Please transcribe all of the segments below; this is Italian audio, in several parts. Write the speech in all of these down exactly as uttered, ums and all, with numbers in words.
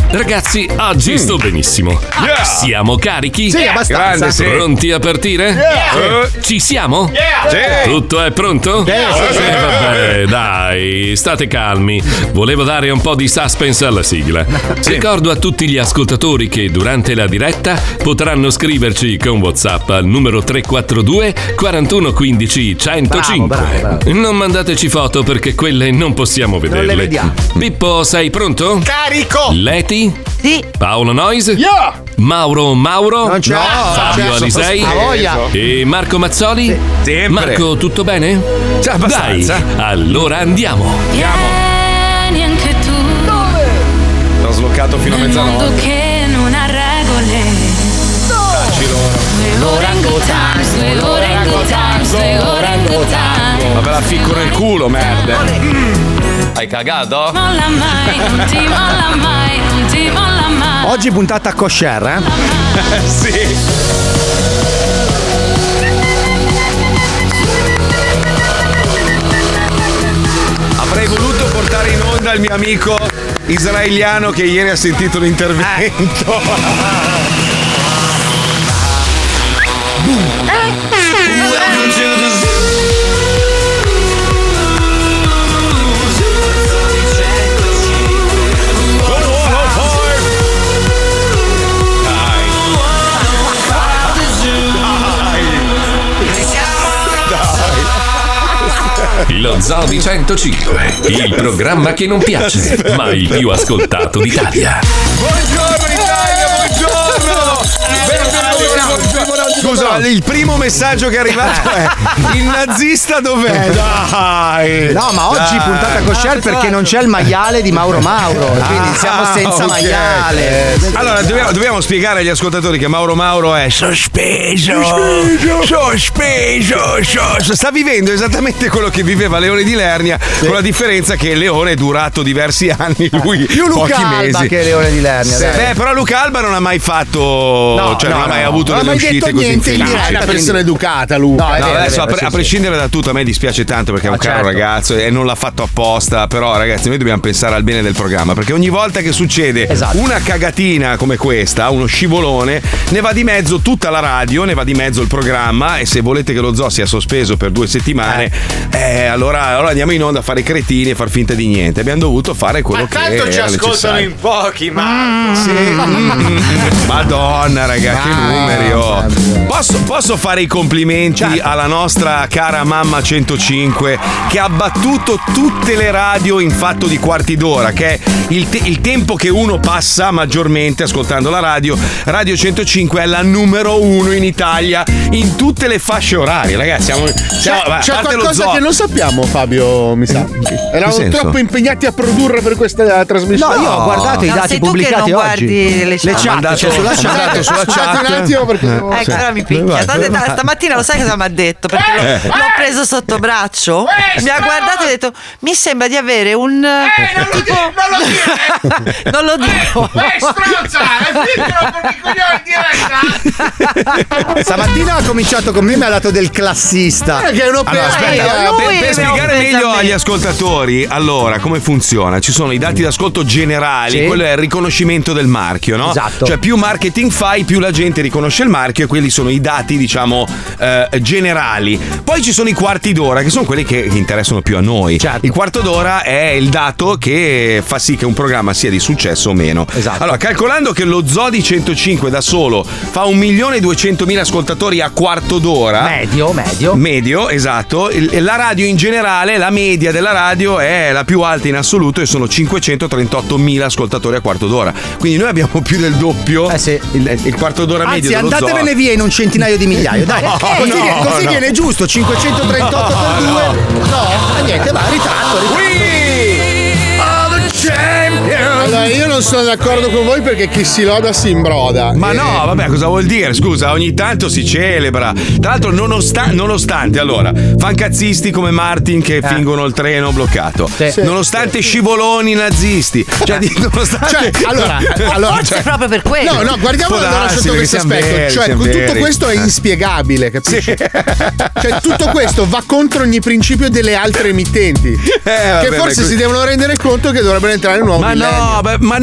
Ragazzi, oggi mm. sto benissimo. Yeah. Siamo carichi? Sì, abbastanza. Grande, sì. Pronti a partire? Yeah. Uh, ci siamo? Yeah. Sì. Tutto è pronto? Yeah. Sì. Eh, vabbè, dai, state calmi. Volevo dare un po' di suspense alla sigla. Sì. Ricordo a tutti gli ascoltatori che durante la diretta potranno scriverci con WhatsApp al numero tre quattro due quarantuno quindici centocinque. Bravo, bravo, bravo. Non mandateci foto perché quelle non possiamo vederle. Non le vediamo. Pippo, sei pronto? Carico! Leti? Sì. Paolo Nois? Yeah. Mauro Mauro? Non c'è. No, Fabio Alisei? E Marco Mazzoli? Sì. Sempre. Marco, tutto bene? C'è abbastanza. Dai, allora andiamo. Andiamo. Vieni anche tu. Dove? L'ho sloccato fino a mezzanotte. Un mondo che non ha regole. Dacci loro. Due ore in good times, due ore in good times, due ore in good times. Ma ve la ficco nel culo, merda. Hai cagato? Molla mai, non ti molla mai, non ti molla mai. Oggi puntata kosher, eh? Sì. Avrei voluto portare in onda il mio amico israeliano che ieri ha sentito l'intervento. Lo Zoo di centocinque, il programma che non piace, ma il più ascoltato d'Italia. Buongiorno Italia, buongiorno! Scusa, il primo messaggio che è arrivato è: il nazista dov'è? Dai! No, ma oggi Dai. puntata kosher perché non c'è il maiale di Mauro Mauro, quindi siamo senza okay. maiale. Allora, dobbiamo, dobbiamo spiegare agli ascoltatori che Mauro Mauro è sospeso, sospeso, sospeso. Sta vivendo esattamente quello che viveva Leone di Lernia, sì. Con la differenza che Leone è durato diversi anni, lui più pochi Luca mesi. Alba che Leone di Lernia. Sì. Beh, però Luca Alba non ha mai fatto, no, cioè no, non ha mai no, avuto non delle ha mai uscite detto così niente in infelici. diretta, È una persona educata, Luca. No, è No, vero, adesso è vero, a, pre- sì, a prescindere da tutto, a me dispiace tanto perché è un ah, caro certo. ragazzo e non l'ha fatto apposta. Però, ragazzi, noi dobbiamo pensare al bene del programma, perché ogni volta che succede esatto. una cagatina come questa, uno scivolone, ne va di mezzo tutta la radio, ne va di mezzo il programma. E se volete che lo zoo sia sospeso per due settimane, eh, eh allora, allora andiamo in onda a fare cretini e far finta di niente. Abbiamo dovuto fare quello ma che tanto ci era ascoltano necessario. in pochi, ma Sì. Madonna, raga, che Ah, numeri ho. Posso, posso fare i complimenti certo. alla nostra cara mamma centocinque che ha battuto tutte le radio in fatto di quarti d'ora, che è il, te- il tempo che uno passa maggiormente ascoltando la radio. Radio centocinque è la numero uno in Italia in tutte le fasce orarie, ragazzi. Siamo, siamo, C'è, a c'è parte lo qualcosa zoo. che non sappiamo, Fabio, mi sa. Eravamo senso? troppo impegnati a produrre per questa trasmissione. No, io ho guardato i No, dati sei tu che pubblicati non oggi. guardi le chat. chat, Mandato- c'è sulla ho chat. mandato sulla Scusate chat. un attimo perché devo- Ecco, ora mi picchia. Vai, Tante- vai. Stamattina lo sai cosa mi ha detto? Perché l'ho, l'ho preso sotto braccio. Mi ha guardato e ha detto: mi sembra di avere un. Eh, non lo tipo... dire, non lo dire! Non lo dico. Eh, stronza! Fittelo con i coglioni in diretta! Stamattina ha cominciato con me, mi ha dato del classista. Che è Allora, un'opera. aspetta, lui per, per mi ha spiegare offesa meglio a me. agli ascoltatori, allora, come funziona? Ci sono i dati d'ascolto generali, Sì. quello è il riconoscimento del marchio, no? Esatto. Cioè, più marketing fai, più la gente riconosce il marchio e quelli sono i dati, diciamo, eh, generali. Poi ci sono i quarti d'ora, che sono quelli che, che interessano più a noi. Certo. Il quarto d'ora è il dato che fa sì che un programma sia di successo o meno. Esatto. Allora, calcolando che lo Zoo di centocinque da solo fa un milione e duecentomila ascoltatori a quarto d'ora. Medio, medio. Medio, esatto. Il- La radio in generale, la media della radio è la più alta in assoluto e sono cinquecentotrentottomila ascoltatori a quarto d'ora. Quindi noi abbiamo più del doppio. Eh sì. Il, il quarto d'ora Anzi, medio dello andatevene zoo. via in un centinaio di migliaio, dai. No, così no, che, così no. viene giusto, cinquecentotrentotto per due. No, e niente, va, ritratto, ritratto. Allora, io non sono d'accordo con voi perché chi si loda si imbroda. Ma E- no, vabbè, cosa vuol dire? Scusa, ogni tanto si celebra. Tra l'altro, nonosta- nonostante, allora, fancazzisti come Martin che fingono il treno bloccato, Sì. Sì. nonostante scivoloni nazisti, cioè, di- nonostante. Cioè, allora, allora Forse cioè- è proprio per quello. No, no, guardiamo Può allora darsi, sotto perché questo siamo aspetto. veri, cioè, siamo tutto veri. questo è inspiegabile, capisci? Sì. Cioè, tutto questo va contro ogni principio delle altre emittenti. Eh, vabbè, che forse beh, si devono rendere conto che dovrebbero entrare in un nuovo Ma millennio. no, beh, ma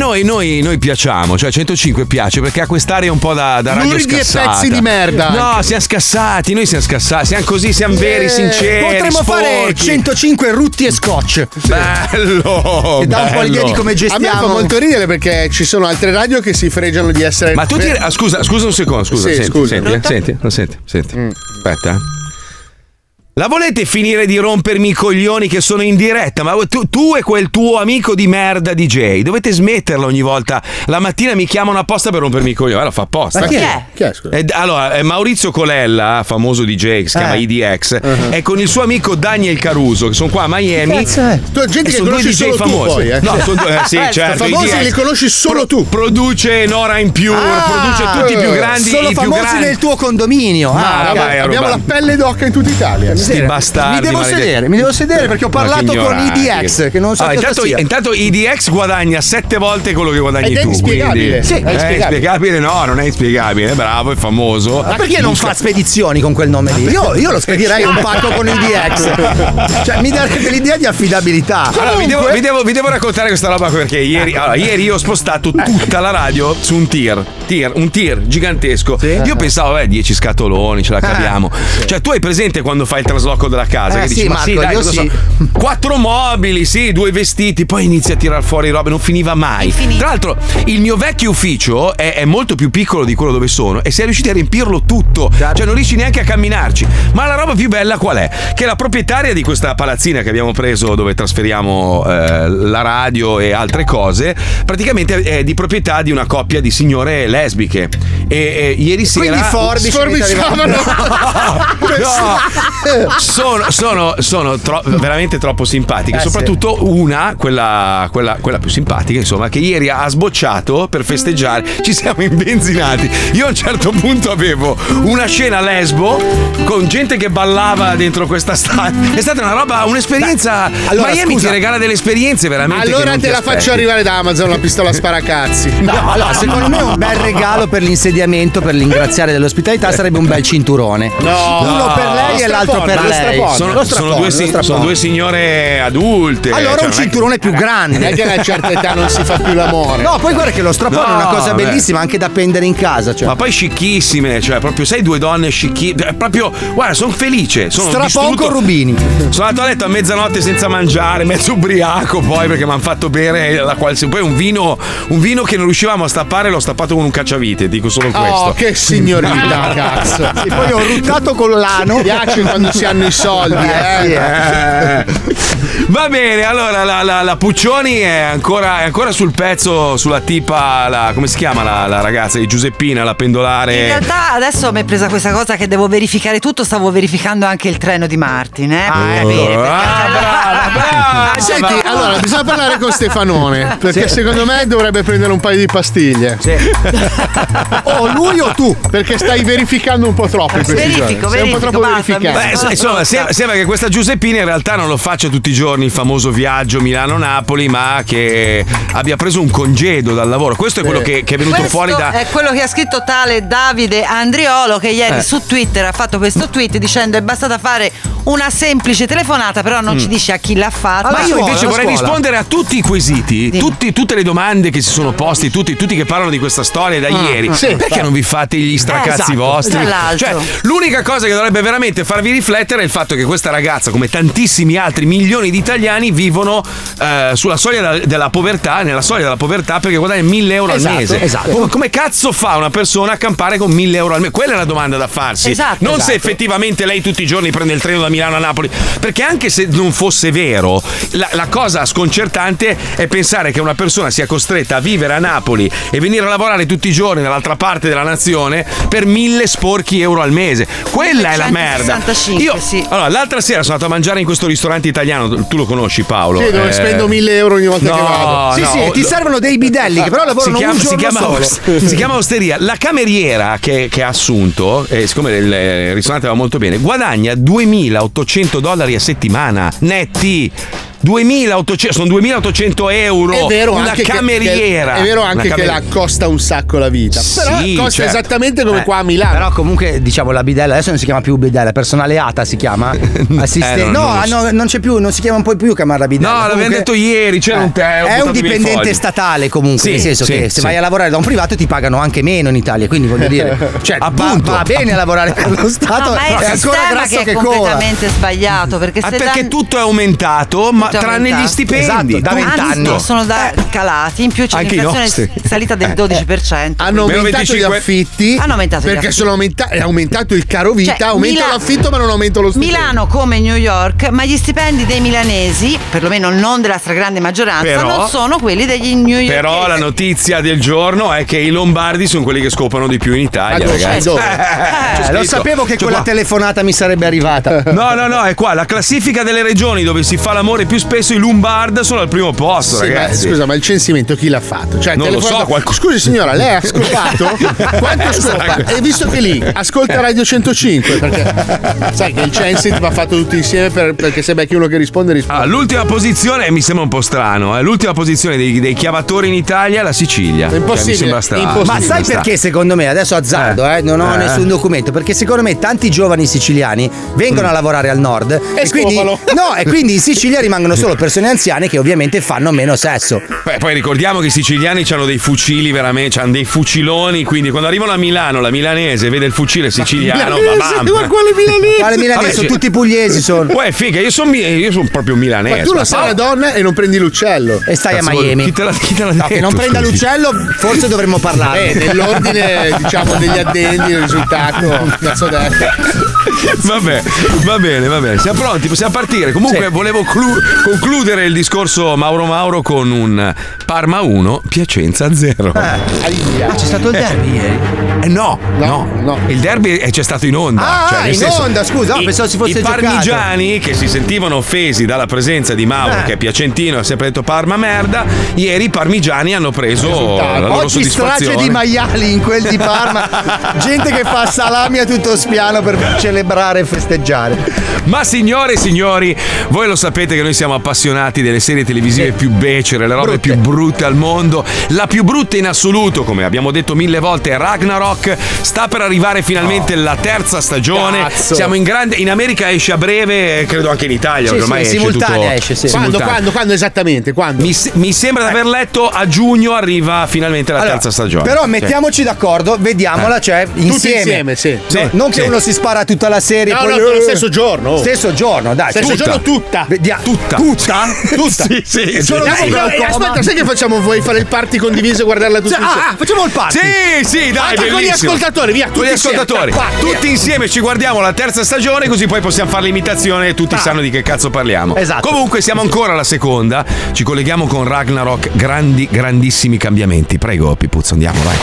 noi, noi, noi piacciamo, cioè centocinque piace perché ha quest'area un po' da, da radio Luridi e scassata. pezzi di merda. No, anche. siamo scassati, noi siamo scassati, siamo così, siamo veri, sinceri. Potremmo sporchi. fare centocinque rutti e scotch. Bello! Che dà un po' l'idea di come A me gestiamo. fa molto ridere perché ci sono altre radio che si fregiano di essere. Ma tu ti. Ah, scusa, scusa un secondo, scusa. Sì, senti, scusa. senti, eh, senti, lo senti, senti. Mm. Aspetta. eh. La volete finire di rompermi i coglioni che sono in diretta? Ma tu, tu e quel tuo amico di merda D J dovete smetterla ogni volta. La mattina mi chiamano apposta per rompermi i coglioni. Allora fa apposta. Ma chi è? Chi è, scusa? È- allora, è Maurizio Colella, famoso D J che si chiama Eh. I D X, è con il suo amico Daniel Caruso, che sono qua a Miami. Cazzo è? Tu gente E che sono due conosci D J solo tu famosi. poi, eh. No, sono due, eh, sì, Eh, certo. famosi I D X. li conosci solo tu. Produce Nora in Pure, Ah, produce tutti i più grandi. Sono i più famosi grandi. nel tuo condominio. Ah, Ah, ok. vai, Abbiamo roba. la pelle d'oca in tutta Italia. Sti Mi bastardi. devo maledetti. sedere, mi devo sedere perché ho Ma parlato che con I D ignoranti X che non so Ah, cosa intanto, sia. intanto I D X guadagna sette volte quello che guadagni Ed è tu. inspiegabile. quindi- Sì, è è inspiegabile. inspiegabile, no, non è inspiegabile. È bravo, è famoso. Ma perché non fa spedizioni con quel nome lì? Io, io lo spedirei un pacco con I D X. Cioè, mi darebbe l'idea di affidabilità. Allora, vi devo, vi, devo, vi devo raccontare questa roba perché ieri, allora, ieri io ho spostato tutta la radio su un tier, tier un tier gigantesco. Io pensavo, eh, dieci scatoloni, ce la caviamo. Cioè, tu hai presente quando fai il trasloco della casa? Eh, che dici, sì, ma Marco, sì, dai, io cosa sì. so, quattro mobili, sì, due vestiti, poi inizi a tirar fuori robe, non finiva mai. Infinito. Tra l'altro, il mio vecchio ufficio è, è molto più piccolo di quello dove sono e si è riusciti a riempirlo tutto. Cioè, non riesci neanche a camminarci. Ma la roba più bella qual è? Che la proprietaria di questa palazzina che abbiamo preso dove trasferiamo eh, la radio e altre cose, praticamente è di proprietà di una coppia di signore lesbiche. E, e ieri sera. Quindi forbici Sforbiciavano. No, sono, sono, sono tro- veramente troppo simpatiche. Eh, Soprattutto una, quella, quella, quella più simpatica, insomma, che ieri ha sbocciato per festeggiare. Ci siamo imbenzinati. Io a un certo punto avevo una scena lesbo con gente che ballava dentro questa stanza. È stata una roba, un'esperienza. allora, Miami scusa. ti regala delle esperienze veramente. che Allora non te ti la aspetti. faccio arrivare da Amazon la pistola sparacazzi. No, allora, secondo me un bel regalo per l'insediamento per ringraziare dell'ospitalità sarebbe un bel cinturone. No. Uno per lei e l'altro per Lo lei. strapone. Sono, Lo sono strapone, due, lo si- strapone. sono due signore adulte. Allora cioè, un non è che- cinturone più Non è grande. che a una certa età non si fa più l'amore. No, poi guarda che lo strapone No, è una cosa beh. bellissima anche da appendere in casa. Cioè. Ma poi scicchissime, cioè proprio sei due donne scicchissime. Proprio, guarda, sono felice. Sono Strapon distrutto. con rubini. Sono andato a letto a mezzanotte senza mangiare, mezzo ubriaco poi perché mi hanno fatto bere la qualsiasi. Poi un vino, un vino che non riuscivamo a stappare, l'ho stappato con un cacciavite, dico solo questo. Oh, che signorita, cazzo. E poi ho ruttato con l'ano. Mi piace quando si hanno i soldi, Eh, sì, eh. eh. Eh. Va bene, allora la, la- la Puccioni è ancora, è ancora sul pezzo sulla tipa, la- come si chiama la, la ragazza di Giuseppina, la pendolare. In realtà adesso mi è presa questa cosa che devo verificare tutto, stavo verificando anche il treno di Martin, eh? Ah, per ecco. capire, perché- Ah, brava, brava. Senti, allora bisogna parlare con Stefanone perché secondo me dovrebbe prendere un paio di pastiglie. O lui o tu. Perché stai verificando un po' troppo in questi Verifico, giorni. Sei un po' verifico, troppo basta, verificato. Beh, so- insomma, se- sembra che questa Giuseppina in realtà non lo faccia tutti i giorni il famoso viaggio Milano-Napoli, ma che abbia preso un congedo dal lavoro. Questo è quello che, che è venuto Questo fuori da. è quello che ha scritto tale Davide Andriolo, che ieri Eh. su Twitter ha fatto questo tweet dicendo è bastata fare una semplice telefonata, però non ci dice a chi l'ha fatta. Ma io scuola, invece alla vorrei scuola. rispondere a tutti i quesiti, Dimmi. tutti- tutte le domande che si sono posti, tutti, tutti che parlano di questa storia da ieri. sì, Perché non vi fate gli stracazzi Eh, esatto, vostri? dall'altro. Cioè, l'unica cosa che dovrebbe veramente farvi riflettere è il fatto che questa ragazza, come tantissimi altri milioni di italiani, vivono eh, sulla soglia della, della povertà, nella soglia della povertà perché guadagna mille euro Esatto, al mese. esatto. Come, come cazzo fa una persona a campare con mille euro al mese? Quella è la domanda da farsi. Esatto, non esatto. se effettivamente lei tutti i giorni prende il treno da Milano a Napoli, perché anche se non fosse vero, la, la cosa sconcertante è pensare che una persona sia costretta a vivere a Napoli e venire a lavorare tutti i giorni dall'altra parte della nazione per mille sporchi euro al mese. Quella è la merda. millecentosessantacinque, Io, sì. allora, l'altra sera sono andato a mangiare in questo ristorante italiano, tu lo conosci Paolo? Sì, dove Eh, spendo mille euro ogni volta no, che vado. Sì, no, sì, ti lo- servono dei bidelli che però si lavorano chiama, un si, giorno chiama solo. os- si chiama osteria. La cameriera che, che ha assunto, e siccome il, il ristorante va molto bene, guadagna duemilaottocento dollari a settimana netti. duemilaottocento, sono duemilaottocento euro. È vero una anche cameriera. Che, è vero anche Una che la costa un sacco la vita. Però Sì, costa certo. esattamente come Eh, qua a Milano. Però comunque diciamo la bidella adesso non si chiama più bidella, personale ATA si chiama. Assistente. Eh, non- no, non lo so. no, non c'è più, non si chiama un po' più chiamarla bidella. No, l'abbiamo Comunque- detto ieri, c'era un te. ho È un buttato via i dipendente fogli. statale comunque, Sì, nel senso sì, che se sì. vai a lavorare da un privato ti pagano anche meno in Italia, quindi voglio dire, cioè va, Appunto. va bene a lavorare per lo Stato, No, ma è il è ancora sistema grasso che che è cola. completamente sbagliato perché Ah, se perché dan- tutto è aumentato, ma Tutto è tranne aumentato. gli stipendi. Esatto, da Tu- vent'anni. Anzi, sono da calati, in più c'è Anche i l'inflazione nostri. salita del dodici per cento. Hanno Meno aumentato gli venticinque. affitti. Hanno aumentato gli perché affitti. sono aumenta- è aumentato il caro vita, Cioè, aumenta Mila- l'affitto ma non aumenta lo stipendio. Milano come New York, ma gli stipendi dei milanesi, perlomeno non della stragrande maggioranza, Però- non sono quelli degli New York. Però la notizia del giorno è che i lombardi sono quelli che scopano di più in Italia, Ma ragazzi. dove? Eh, C'è lo scritto. sapevo che C'è quella qua. telefonata mi sarebbe arrivata. No, no, no, è qua la classifica delle regioni dove si fa l'amore più spesso. I Lombard sono al primo posto, Sì, ma, ragazzi. scusa, ma il censimento chi l'ha fatto? Cioè, Non lo telefonato- so, qualcuno- Scusi signora, lei ha scopato? Quanto scopa? E visto che lì ascolta Radio centocinque, perché sai che il Censit va fatto tutti insieme per- perché se becchi uno che risponde risponde. Ah, l'ultima posizione, mi sembra un po' strano, eh, l'ultima posizione dei, dei chiavatori in Italia è la Sicilia. Cioè, Impossibile, mi sembra strano. impossibile. Ma sai perché secondo me, adesso azzardo, eh, non ho Eh. nessun documento, perché secondo me tanti giovani siciliani vengono a lavorare al nord e, quindi, scopano. no, e quindi in Sicilia rimangono solo persone anziane che ovviamente fanno meno sesso. Beh, poi ricordiamo che i siciliani hanno dei fucili veramente, hanno dei fuciloni, quindi quando arrivano a Milano, la milanese vede il fucile siciliano, Milanese, ma bam. ma quale milanese? Quale milanese? Vabbè, Sono sì. tutti pugliesi sono. Uè, figa, io sono io son proprio milanese. Ma tu lo sai una donna e non prendi l'uccello. E stai Cazzo, a Miami. chi te l'ha- chi te l'ha No, detto, che non prenda scusi? l'uccello, forse dovremmo parlare. Eh, nell'ordine diciamo degli addendi il risultato cazzo detto. Vabbè, va bene, va bene. Siamo pronti, possiamo partire. Comunque Sì. volevo clu- concludere il discorso Mauro Mauro con un Parma uno, Piacenza zero. Aia. C'è stato il derby ieri. Eh no, no, No, no. Il derby eh, c'è stato in onda. Ah, cioè, nel in senso, onda, scusa, no, i- pensavo si fosse I giocato. parmigiani che si sentivano offesi dalla presenza di Mauro, Eh. che è piacentino, ha sempre detto Parma merda. Ieri i parmigiani hanno preso la loro Oggi soddisfazione. strage di maiali in quel di Parma. Gente che fa salami a tutto spiano per celebrare e festeggiare. Ma signore e signori, voi lo sapete che noi siamo appassionati delle serie televisive più becere, le robe Brutte. più brutte al mondo. La più brutta in assoluto, come abbiamo detto mille volte, è Ragnarok. Sta per arrivare finalmente la terza stagione. Cazzo. Siamo in grande. In America esce a breve, credo anche in Italia. Sì, perché ormai sì, esce simultanea tutto. esce, sì. Quando, simultaneo. quando, quando esattamente? Quando? Mi, se- mi sembra di aver letto a giugno arriva finalmente la Allora, terza stagione. Però mettiamoci d'accordo, vediamola, cioè insieme. insieme, sì. No, Sì, non che sì. uno si spara tutta la serie No, poi no, lo eh, stesso giorno. oh. Stesso giorno, dai. Stesso cioè, giorno tutta. Vedia- Tutta. Tutta? Tutta. Sì, sì, Il sì. giorno dopo Dai, no, glaucoma. aspetta, sai che facciamo? Vuoi fare il party condiviso e guardarla tutti Cioè, insieme? ah, ah, facciamo il party. Sì, sì, dai, Anche con gli bellissimo. ascoltatori, via, Con tutti gli insieme. ascoltatori. Qua, via. Tutti insieme ci guardiamo la terza stagione, così poi possiamo fare l'imitazione e tutti sanno di che cazzo parliamo. Esatto. Comunque siamo ancora alla seconda. Ci colleghiamo con Ragnarok. Grandi, grandissimi cambiamenti. Prego, Pipuzzo, andiamo, vai.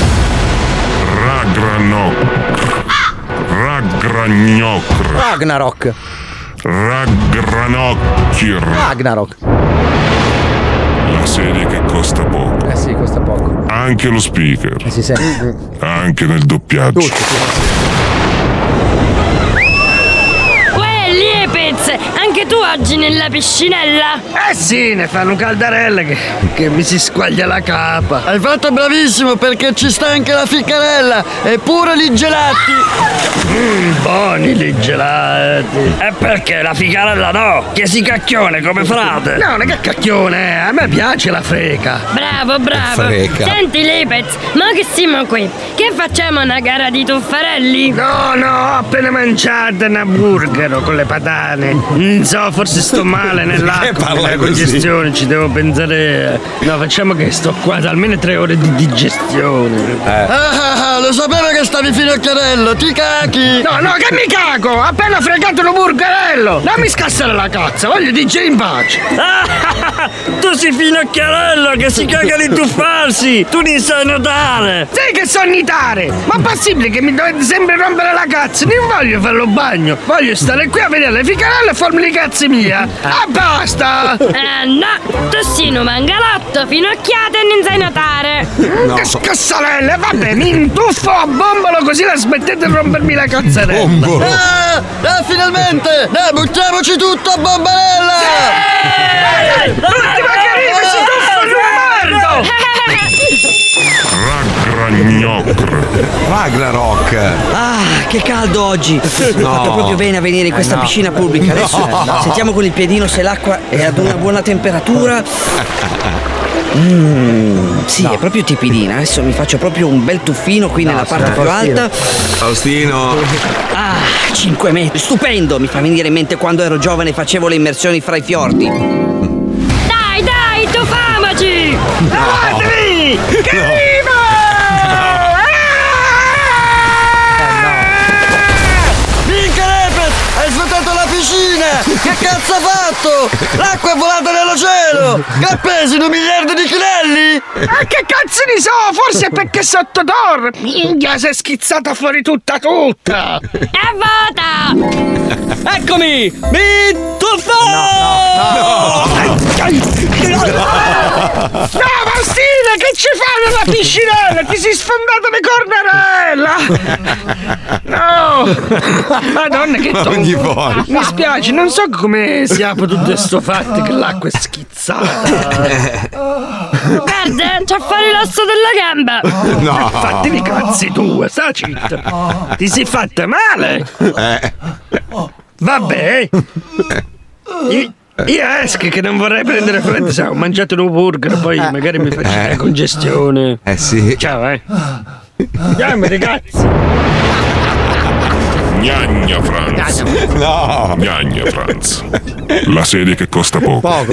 Ragnarok. Ragnarok. Ragnarok. Ragnarok. Ragnarok. La serie che costa poco. Eh sì, costa poco. Anche lo speaker. Eh si sente. Anche nel doppiaggio. Tutti, sì. Uè, Liepez, anche tu oggi nella piscinella? Eh sì, ne fanno un caldarella che, che mi si squaglia la capa. Hai fatto bravissimo perché ci sta anche la ficcarella e pure li gelati. Mmm, buoni li gelati. E perché la ficarella no? Che si cacchione come frate. No, non è che cacchione, a me piace la freca. Bravo, bravo. Freca. Senti, Lipez, ma che siamo qui? Che facciamo una gara di tuffarelli? No, no, ho appena mangiato una burger con le patate. Non so, forse sto male nell'acqua, parla la così? congestione, ci devo pensare. No, facciamo che sto qua da almeno tre ore di digestione. Ah, lo sapevo che stavi fino a chiarello, ti cachi! No, no, che mi cago! Ho appena fregato un burgerello! Non mi scassare la cazza, voglio digerire in pace! Ah, tu sei finocchiarello che si caga di tuffarsi. Tu non sai nuotare. Sai che so nitare! Ma possibile che mi dovete sempre rompere la cazza? Non voglio fare lo bagno! Voglio stare qui a vedere le ficarelle e farmi i cazzi mia! Ah, basta! Eh no, tu sei un mangalotto, finocchiato e non sai nuotare. No. Che scassarelle, vabbè, mi intuffo a bombolo così la smettete di rompermi la cazzarella. Bombolo. Ah, ah, finalmente! Dai, buttiamoci tutto a bombarella! Sì! L'ultima che arriva si tuffa in un merda! Ragnarok. Ah, che caldo oggi! Mi No. ha fatto proprio bene a venire in questa Eh, no. piscina pubblica. Adesso No, no. sentiamo con il piedino se l'acqua è ad una buona temperatura. Mm, sì, è proprio tipidina. Adesso mi faccio proprio un bel tuffino qui nella parte più alta. Faustino. Ah, cinque metri, stupendo! Mi fa venire in mente quando ero giovane e facevo le immersioni fra i fiordi. Dai, dai, tuffamoci! Lavatevi! Che arriva! Minchia Repet! Hai svuotato la piscina! Che cazzo ha fatto? L'acqua è volata nello cielo! Che pesi un miliardo di chilelli? Ma che cazzo ne so? Forse è perché sotto torre! Minchia, si è schizzata fuori tutta tutta! E vota! Eccomi! Mi tuffo! No, Faustina, che ci fai nella piscinella? Ti sei sfondato le cornerella! No! Madonna, che Ogni tonfo! volta. Mi spiace, non so come sia potuto sto fatto che l'acqua è schizzata. Guarda, c'ha fuori l'osso della gamba! No. Fatti i cazzi tua, sta zitta! Ti sei fatta male? Eh. Vabbè! Io, io esco che non vorrei prendere freddo, sai, ho mangiato un burger, poi magari mi faccio Eh. una congestione. Eh sì. Ciao, eh! Andiamo ragazzi! Gnagna Franz. No. Gnagna Franz. La serie che costa poco. Poco,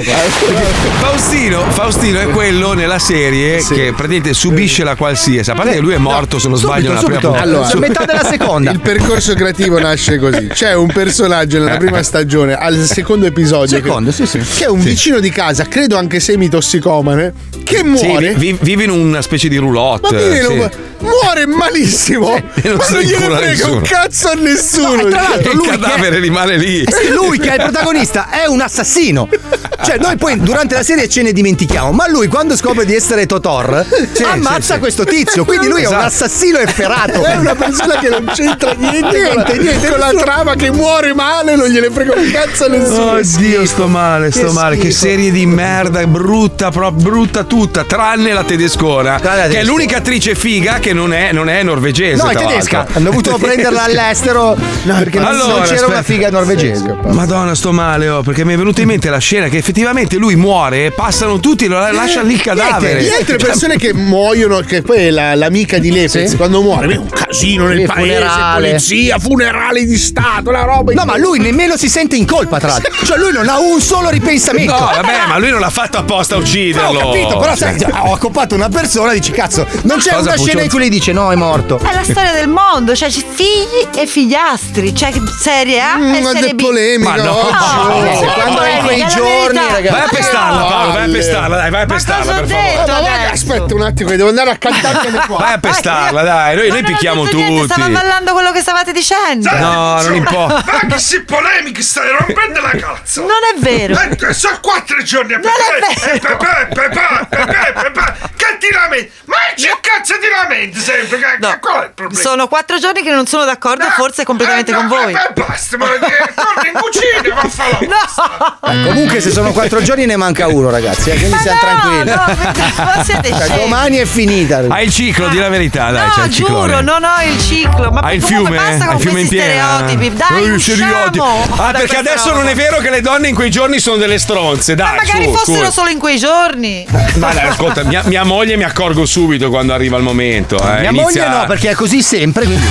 Faustino, Faustino è quello nella serie che praticamente subisce la qualsiasi. A parte che lui è morto, se non sbaglio, nella prima puntata. Allora, Su metà della seconda. il percorso creativo nasce così. C'è un personaggio nella prima stagione, al secondo episodio, Secondo, che, sì, sì. che è un vicino di casa, credo anche semi-tossicomane, che Sì, muore. vi- vive in una specie di Ma roulotte. vive in sì. un- muore malissimo. e non ma se non ne gliene cura frega nessuno. un cazzo a nessuno. No, e tra l'altro Il lui che cadavere è- rimane lì. Eh sì, lui che è il protagonista è un assassino. Cioè, noi poi durante la serie ce ne dimentichiamo, ma lui quando scopre di essere Totor ammazza sì, sì. questo tizio. Quindi lui è un Esatto. assassino efferato. È una persona che non c'entra niente, Niente, con la, niente, con la nessuno- trama, che muore male, non gliene frega un cazzo a nessuno. Oddio, sto male, sto Che male. Che schifo. serie di merda, brutta, proprio brutta tutta, tranne la tedescona, Tranne la che è tedesca. l'unica attrice figa che non è, non è norvegese. No, è tra tedesca. l'altro. Hanno dovuto prenderla all'estero perché non- Allora, non c'era aspetta. una figa norvegese. Madonna, sto male, oh, perché mi è venuta in mente la scena che effettivamente lui muore, passano tutti e lo lasciano lì il cadavere. Le altre persone che muoiono, che poi è la- l'amica di Lepez, Sì. quando muore, è un casino nel Sì, paese, funerale. polizia, funerali di Stato, la roba. No, ma lui nemmeno si sente in colpa, tra l'altro. Cioè, lui non ha un solo ripensamento. No, vabbè, ma lui non l'ha fatto apposta a No, ucciderlo. ho capito, però sai, ho accoppato una persona, dici cazzo, non c'è Cosa, una scena Puccio? in cui lei dice no, è morto. È la storia del mondo, cioè c'è figli e figliastri, c'è serie A Mm, e ma serie che B. polemica Ma no. oggi. No, oh. Se quando è in quei la giorni, verità. ragazzi. Vai a pestarla, Paolo, vai a Palle. pestarla, dai, vai a pestarla, cosa ho per favore. detto? Ma guarda, adesso. aspetta un attimo, che devo andare a cantare qua. Vai a pestarla, dai, noi, Ma noi non ho picchiamo detto tutti. niente, stavo avvallando quello che stavate dicendo. No, non importa. Ma che si polemiche, stai rompendo la cazzo! Non è vero. Eh, sono quattro giorni a Non è Pepe, e Pepe, Pepe, Pepe, Pepe, che ti lamenti? Ma che cazzo ti lamenti sempre? Che, No, che- qual è il problema? sono quattro giorni che non sono d'accordo, forse completamente Eh, con no, voi. eh, basta, ma eh, torna in cucina, va a fare la Eh, comunque, se sono quattro giorni ne manca uno, ragazzi. Eh, quindi siamo tranquilli. No, ma siete Cioè, scemi. domani è finita. Hai il ciclo, di la verità, dai, c'è No, il ciclone. giuro, non ho il ciclo. Ma Hai il comunque fiume? basta Hai con il fiume in questi piena? stereotipi. Dai, Eh, usciamo stereotipi. Ah, da perché questa adesso roba. non è vero che le donne in quei giorni sono delle stronze, dai. Ma magari su, fossero scusa. solo in quei giorni. Ma dai, ascolta, mia, mia moglie mi accorgo subito quando arriva il momento. Eh. Mia Inizia- moglie no, perché è così sempre. quindi-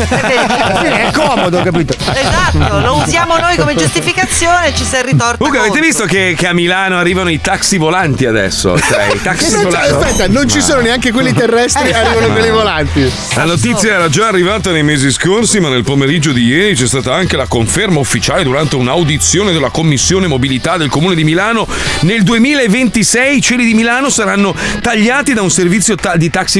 è comodo, capito? Esatto, lo usiamo noi come giustificazione e ci si è ritorto. Comunque, avete contro. visto che, che a Milano arrivano i taxi volanti adesso? Cioè, i taxi Non c'è- volanti. aspetta, non ci sono neanche quelli terrestri, arrivano quelli volanti. La notizia era già arrivata nei mesi scorsi, ma nel pomeriggio di ieri c'è stata anche la conferma ufficiale durante un'audizione della Commissione Mobilità del Comune di Milano. Nel duemilaventisei i cieli di Milano saranno tagliati da un servizio ta- di taxi volanti.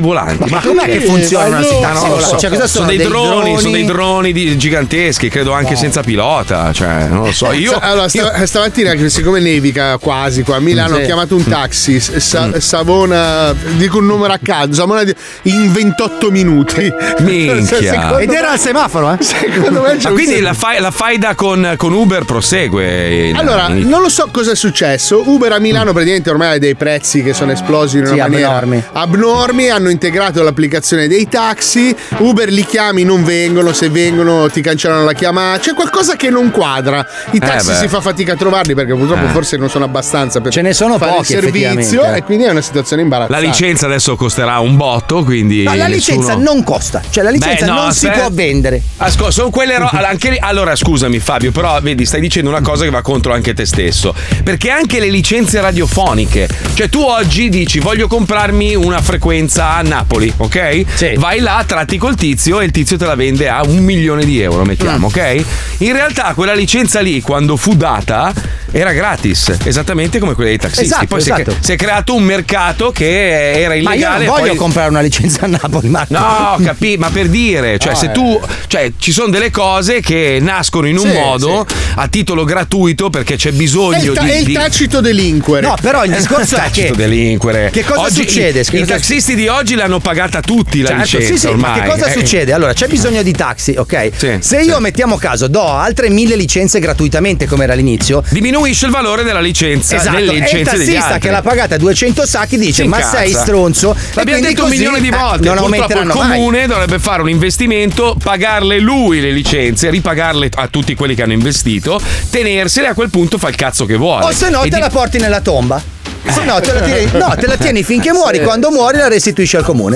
Ma com'è che funziona una Ma non lo so. Cioè, cosa sono, sono dei, dei droni, droni? sono dei droni di- giganteschi, credo anche senza pilota, cioè non lo so. Io allora, sta- stamattina, che siccome nevica quasi qua a Milano, Sì. ho chiamato un taxi, Sa- Savona, dico un numero a caso, Savona di- in ventotto minuti. Minchia. Ed era al semaforo, eh? Secondo me c'è Ma un quindi sen- la, fai- la faida con, con Uber prosegue. in- Allora, in- non lo so cosa è successo. Uber a Milano praticamente ormai ha dei prezzi che sono esplosi in una Sì, maniera abnormi. abnormi. Hanno integrato l'applicazione dei taxi. Uber li chiami, non vengono. Se vengono, ti cancellano la chiamata. C'è qualcosa che non quadra. I taxi beh. si fa fatica a trovarli perché purtroppo Eh. forse non sono abbastanza per Ce ne sono fare pochi, il servizio. effettivamente. E quindi è una situazione La imbarazzante. licenza adesso costerà un botto, quindi. No, la nessuno- licenza non costa, cioè la licenza Beh, no, non si aspetta. può vendere. Ascolta, sono quelle ro- anche lì- allora scusami Fabio, però vedi, stai dicendo una cosa che va contro anche te stesso. Perché anche le licenze radiofoniche, cioè tu oggi dici voglio comprarmi una frequenza a Napoli, ok? Sì. Vai là, tratti col tizio e il tizio te la vende a un milione di euro, mettiamo, Mm. ok? In realtà quella licenza lì, quando fu data, era gratis, esattamente come quella dei taxisti. Esatto, Poi si è- esatto. si, è, creato un mercato che era Ma io illegale. non voglio poi- comprare una licenza a Napoli, Marco. No, capì, ma per dire, cioè Ah, se eh. tu, cioè ci sono delle cose che nascono in un Sì, modo a titolo gratuito perché c'è È bisogno il, ta- di, è il di- tacito delinquere. No, però il discorso è tacito che delinquere. Che cosa Oggi succede? I, Scusa, i taxisti di oggi l'hanno pagata tutti la Certo, licenza sì, sì, ormai. ma che cosa eh. succede? Allora, c'è bisogno di taxi, ok? Sì, Se io, mettiamo caso, do altre mille licenze gratuitamente come era all'inizio, Diminuisce il valore della licenza, esatto, delle e il licenze degli tassista altri. che l'ha pagata duecento sacchi dice Si ma incazza. sei stronzo. E L'abbiamo quindi detto un così, milione di eh, volte. non Purtroppo il aumenteranno mai. comune dovrebbe fare un investimento, pagarle lui le licenze, ripagarle a tutti quelli che hanno investito, tenersele, a quel punto fa il cazzo che vuole. O se no E te di- la porti nella tomba. Se no, te la tieni, no, te la tieni finché muori, quando muori la restituisci al comune.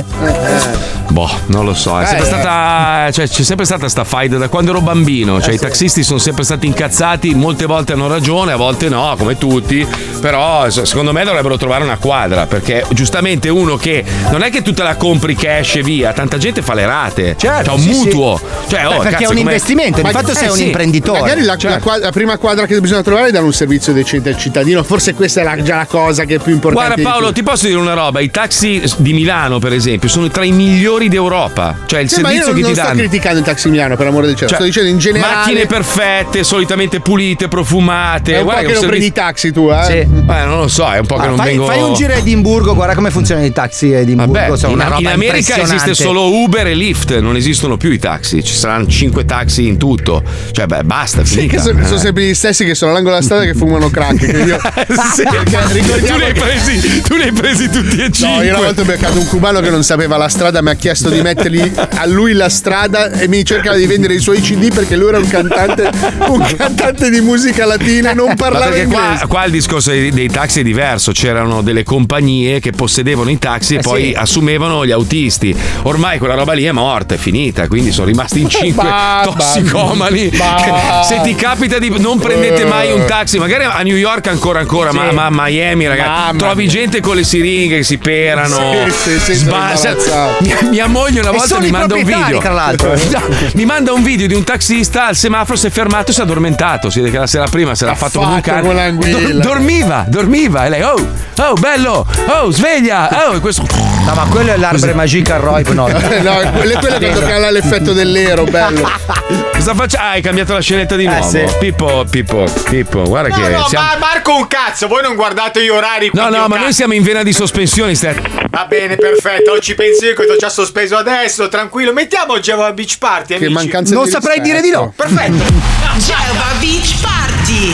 Boh, non lo so, è sempre Eh. stata, cioè, c'è sempre stata sta fight da quando ero bambino, cioè i taxisti sono sempre stati incazzati, molte volte hanno ragione, a volte no, come tutti, però so- secondo me dovrebbero trovare una quadra, perché giustamente uno che non è che tu te la compri cash e via, tanta gente fa le rate, Certo, c'è un sì, mutuo, sì. cioè, Beh, oh, perché cazzo, è un com'è- investimento, di Ma- fatto sei eh, un sì. imprenditore. Magari la, Certo. la quadra- la prima quadra che bisogna trovare è dare un servizio decente al cittadino. Forse questa è la- già la cosa che è più importante. Guarda di Paolo, tutto. ti posso dire una roba, i taxi di Milano per esempio sono tra i migliori d'Europa, cioè il Sì, ma io servizio non, che non ti sto danno. criticando il taxi Milano, per amore del cielo. Cioè, sto dicendo in generale. macchine perfette, solitamente pulite, profumate. È un Guarda po' che che non prendi i servizio- taxi tu, eh? Sì. Eh, non lo so, è un po' che Ah, non fai, vengo. fai un giro a Edimburgo, guarda come funzionano i taxi a Edimburgo. Vabbè, sono in, una roba in America esiste impressionante. solo Uber e Lyft, non esistono più i taxi, ci saranno cinque taxi in tutto. Cioè, beh, basta, Sì, finita. che sono, Eh. sono sempre gli stessi che sono all'angolo della strada che fumano crack. Che io, Sì, perché tu, ricordiamo li hai che- presi, tu li hai presi tutti e cinque. No, io una volta ho beccato un cubano che non sapeva la strada, mi ha chiesto di mettergli a lui la strada e mi cercava di vendere i suoi C D perché lui era un cantante, un cantante di musica latina e non Ma parlava perché qua, inglese. qua il discorso dei, dei taxi è diverso, c'erano delle compagnie che possedevano i taxi e Eh poi sì. assumevano gli autisti. Ormai quella roba lì è morta, è finita, quindi sono rimasti in cinque Bah, tossicomani. bah. Che se ti capita di non prendete mai un taxi, magari a New York ancora ancora, ma, ma a Miami, ragazzi, Mamma trovi mia. gente con le siringhe che si perano. Sì, sì, sì, Sba- sono imbarazzato. mia, mia moglie una E volta sono mi i manda un proprietari, video. tra l'altro. No, mi manda un video di un taxista al semaforo, si è fermato e si è addormentato. Si vede che la sera prima si era Ha fatto come un fatto cane. con l'anguilla. Do- dormiva, dormiva. E lei, oh, oh, bello, oh, sveglia, oh, e questo. No, ma quello è l'arbre magique al Roy. No, No, quello, quello quando cala l'effetto dell'ero, bello. Cosa faccia? Ah, hai cambiato la scenetta di nuovo. sì. Pippo, Pippo, Pippo, guarda No, che no, siamo. ma Marco un cazzo, voi non guardate gli orari. No, quindi no, io ma cazzo. noi siamo in vena di sospensioni. Stai... Va bene, perfetto, non ci pensi io che ti ho già sospeso adesso, tranquillo. Mettiamo Java Beach Party, Che amici. mancanza non di saprei rispetto. dire di no. Perfetto. Java Beach Party.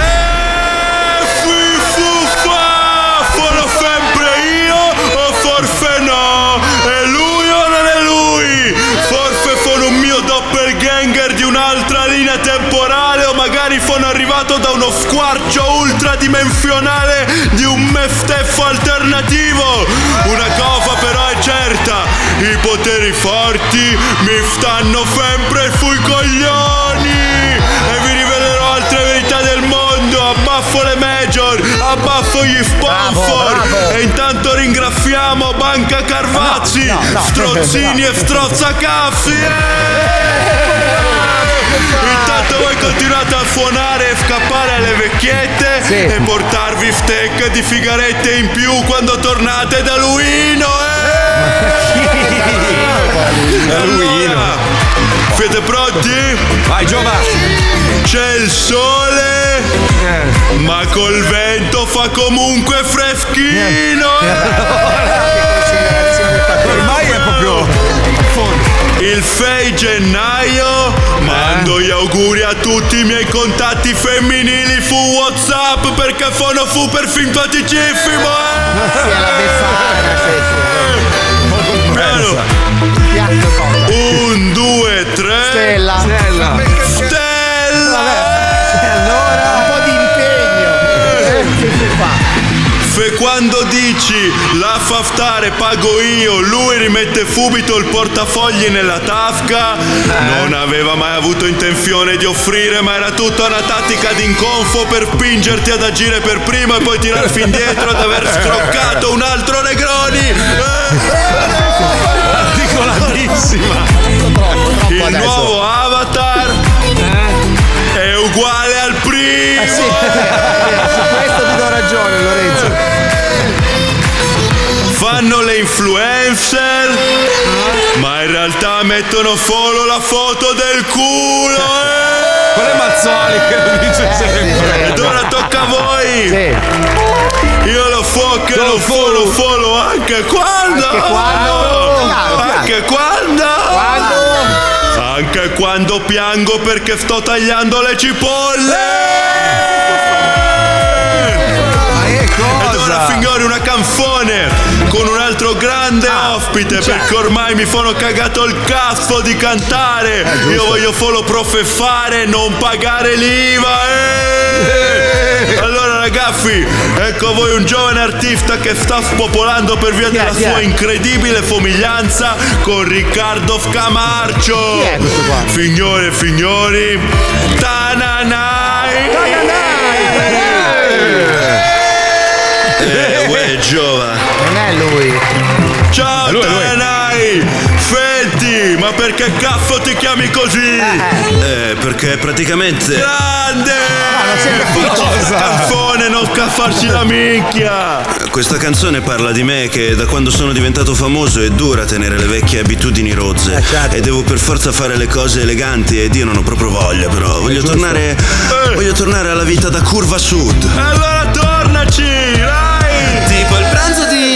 Sono sempre io o forse no? È lui o non è lui? Forse sono un mio doppelganger di un'altra linea temporale o magari sono arrivato da uno squarcio ultradimensionale di un me stesso alternativo. Una cosa però è certa, i poteri forti mi stanno sempre sui coglioni e vi rivelerò altre verità del mondo. Abbaffo le major, abbaffo gli sponsor. Bravo, bravo. E intanto ringraziamo Banca Carvazzi, No, no, no. Strozzini e Strozzacaffi. Intanto voi continuate a suonare e scappare alle vecchiette Sì. e portarvi steak di figarette in più quando tornate da Luino. Eh! Siete pronti? Vai Giova. C'è il sole, ma col vento fa comunque freschino. Ormai è proprio il sei gennaio mando gli auguri a tutti i miei contatti femminili su WhatsApp perché sono super simpaticissimo. Sì, è la befana, Un, due, tre. Stella. Stella. Stella. E allora un po' di impegno. Fe quando dici la fa stare pago io, lui rimette subito il portafogli nella tasca. Non aveva mai avuto intenzione di offrire, ma era tutta una tattica d'inconfo per spingerti ad agire per primo e poi tirarsi indietro ad aver scroccato un altro Negroni. Articolatissima. Il nuovo avatar è uguale al primo. Eh sì, su questo ti do ragione, Lorenzo. Fanno le influencer, ma in realtà mettono solo la foto del culo. Eh! Quello è Mazzoli che lo dice sempre. Ed ora tocca a voi. Io lo fo che lo fo, lo fo, lo anche quando. Anche quando. Anche quando. Quando. Anche quando piango perché sto tagliando le cipolle. Ed ora signori una canzone con un altro grande ospite perché ormai mi sono cagato il cazzo di cantare. Io voglio solo professare, non pagare l'I V A. Eh! Allora ragazzi, ecco a voi un giovane artista che sta spopolando per via della sua incredibile somiglianza con Riccardo Scamarcio. Chi è questo qua? Signore e signori, Tananai. Eh, uè, Giova. Non è lui. Ciao Tanai! Senti, ma perché cazzo ti chiami così? Eh, perché praticamente grande! Questa canzone non caffarci la minchia! Questa canzone parla di me che da quando sono diventato famoso è dura tenere le vecchie abitudini rozze e devo per forza fare le cose eleganti ed io non ho proprio voglia, però voglio tornare voglio tornare alla vita da curva sud. Allora tornaci, dai! Tipo il pranzo di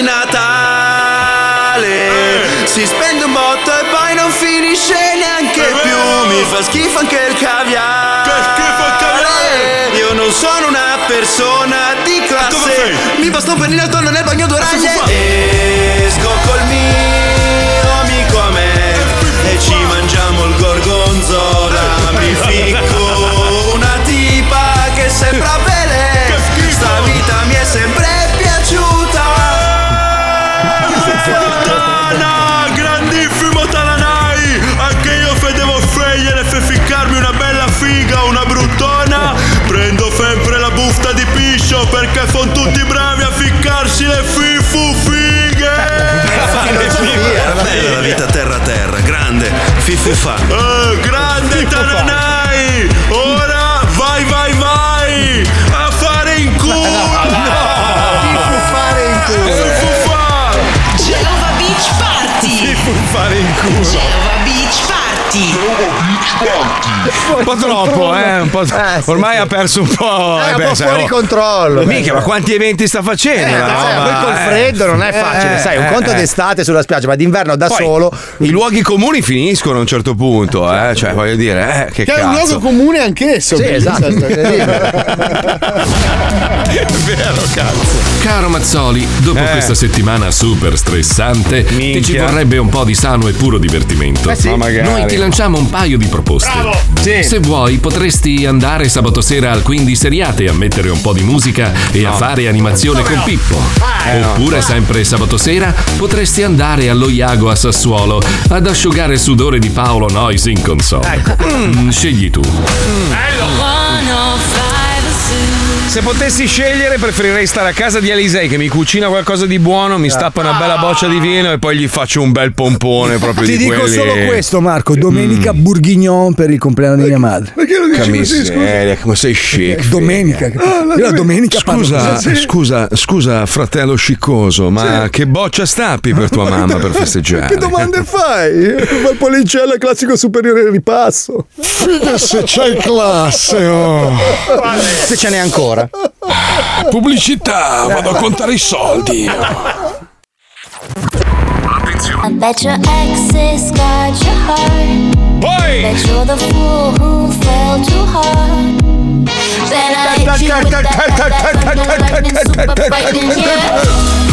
Natale, si spende un botto e poi non finisce neanche più. Mi fa schifo anche il caviale. Che schifo il caviale! Io non sono una persona di classe. Mi basta un pennino al tonno nel bagno due raglie. Esco col mio amico a me e ci mangiamo il gorgonzola. Mi ficco una tipa che sembra bene. Sta vita mi è sempre piaciuta. Tana, grandissimo Tananai! Anche io se devo scegliere se ficcarmi una bella figa o una bruttona, prendo sempre la busta di piscio perché sono tutti bravi a ficcarsi le fifu fighe! Bella la vita terra terra, grande, fifu fa. Eh, grande Tananai! Ora vai vai vai! A fare in culo! Fifu fare in culo! Genova Beach Party! Fare in culo. Genova Beach Party! Un po' troppo, eh, un po' troppo. Ormai ha perso un po'. È eh, un beh, po' sai, fuori oh. controllo. Minchia, ma quanti eventi sta facendo? Eh, la sai, roba? poi col Eh. freddo non è facile, Eh, sai, un eh, conto eh. d'estate sulla spiaggia, ma d'inverno da Poi, solo. I luoghi comuni finiscono a un certo punto, eh. Cioè, voglio dire, eh, che, Che cazzo. è un luogo comune anch'esso. Sì, quindi, esatto. È vero, cazzo. Caro Mazzoli, dopo Eh. questa settimana super stressante, Minchia. ti ci vorrebbe un po' di sano e puro divertimento. Eh sì. Ma magari. Noi ti lanciamo un paio di proposte. Bravo. Sì. Se vuoi, potresti andare sabato sera al Quindi Seriate a mettere un po' di musica e a fare animazione con Pippo. Eh, no. Oppure, sempre sabato sera, potresti andare allo Iago a Sassuolo ad asciugare il sudore di Paolo Noyes in console. Ecco. Mm, scegli tu. se potessi scegliere, preferirei stare a casa di Alisei che mi cucina qualcosa di buono, mi stappa una bella boccia di vino e poi gli faccio un bel pompone proprio Ti di dico quelli. solo questo, Marco. Domenica mm. bourguignon per il compleanno di mia madre. Perché lo dici così? Scusa, come sei chic. Domenica. Ah, Io la domenica Scusa, scusa, scusa, fratello sciccoso, ma Sì. che boccia stappi per tua mamma per festeggiare? Che domande fai? Il policello è classico superiore ripasso. Figa se c'hai classe, oh. Se ce n'è ancora. Pubblicità, vado a contare i soldi. I bet your exes got your heart. Boy! Bet you're the fool who fell too hard. Bet I hit you with that, that, that thunder lightning super frightening, yeah.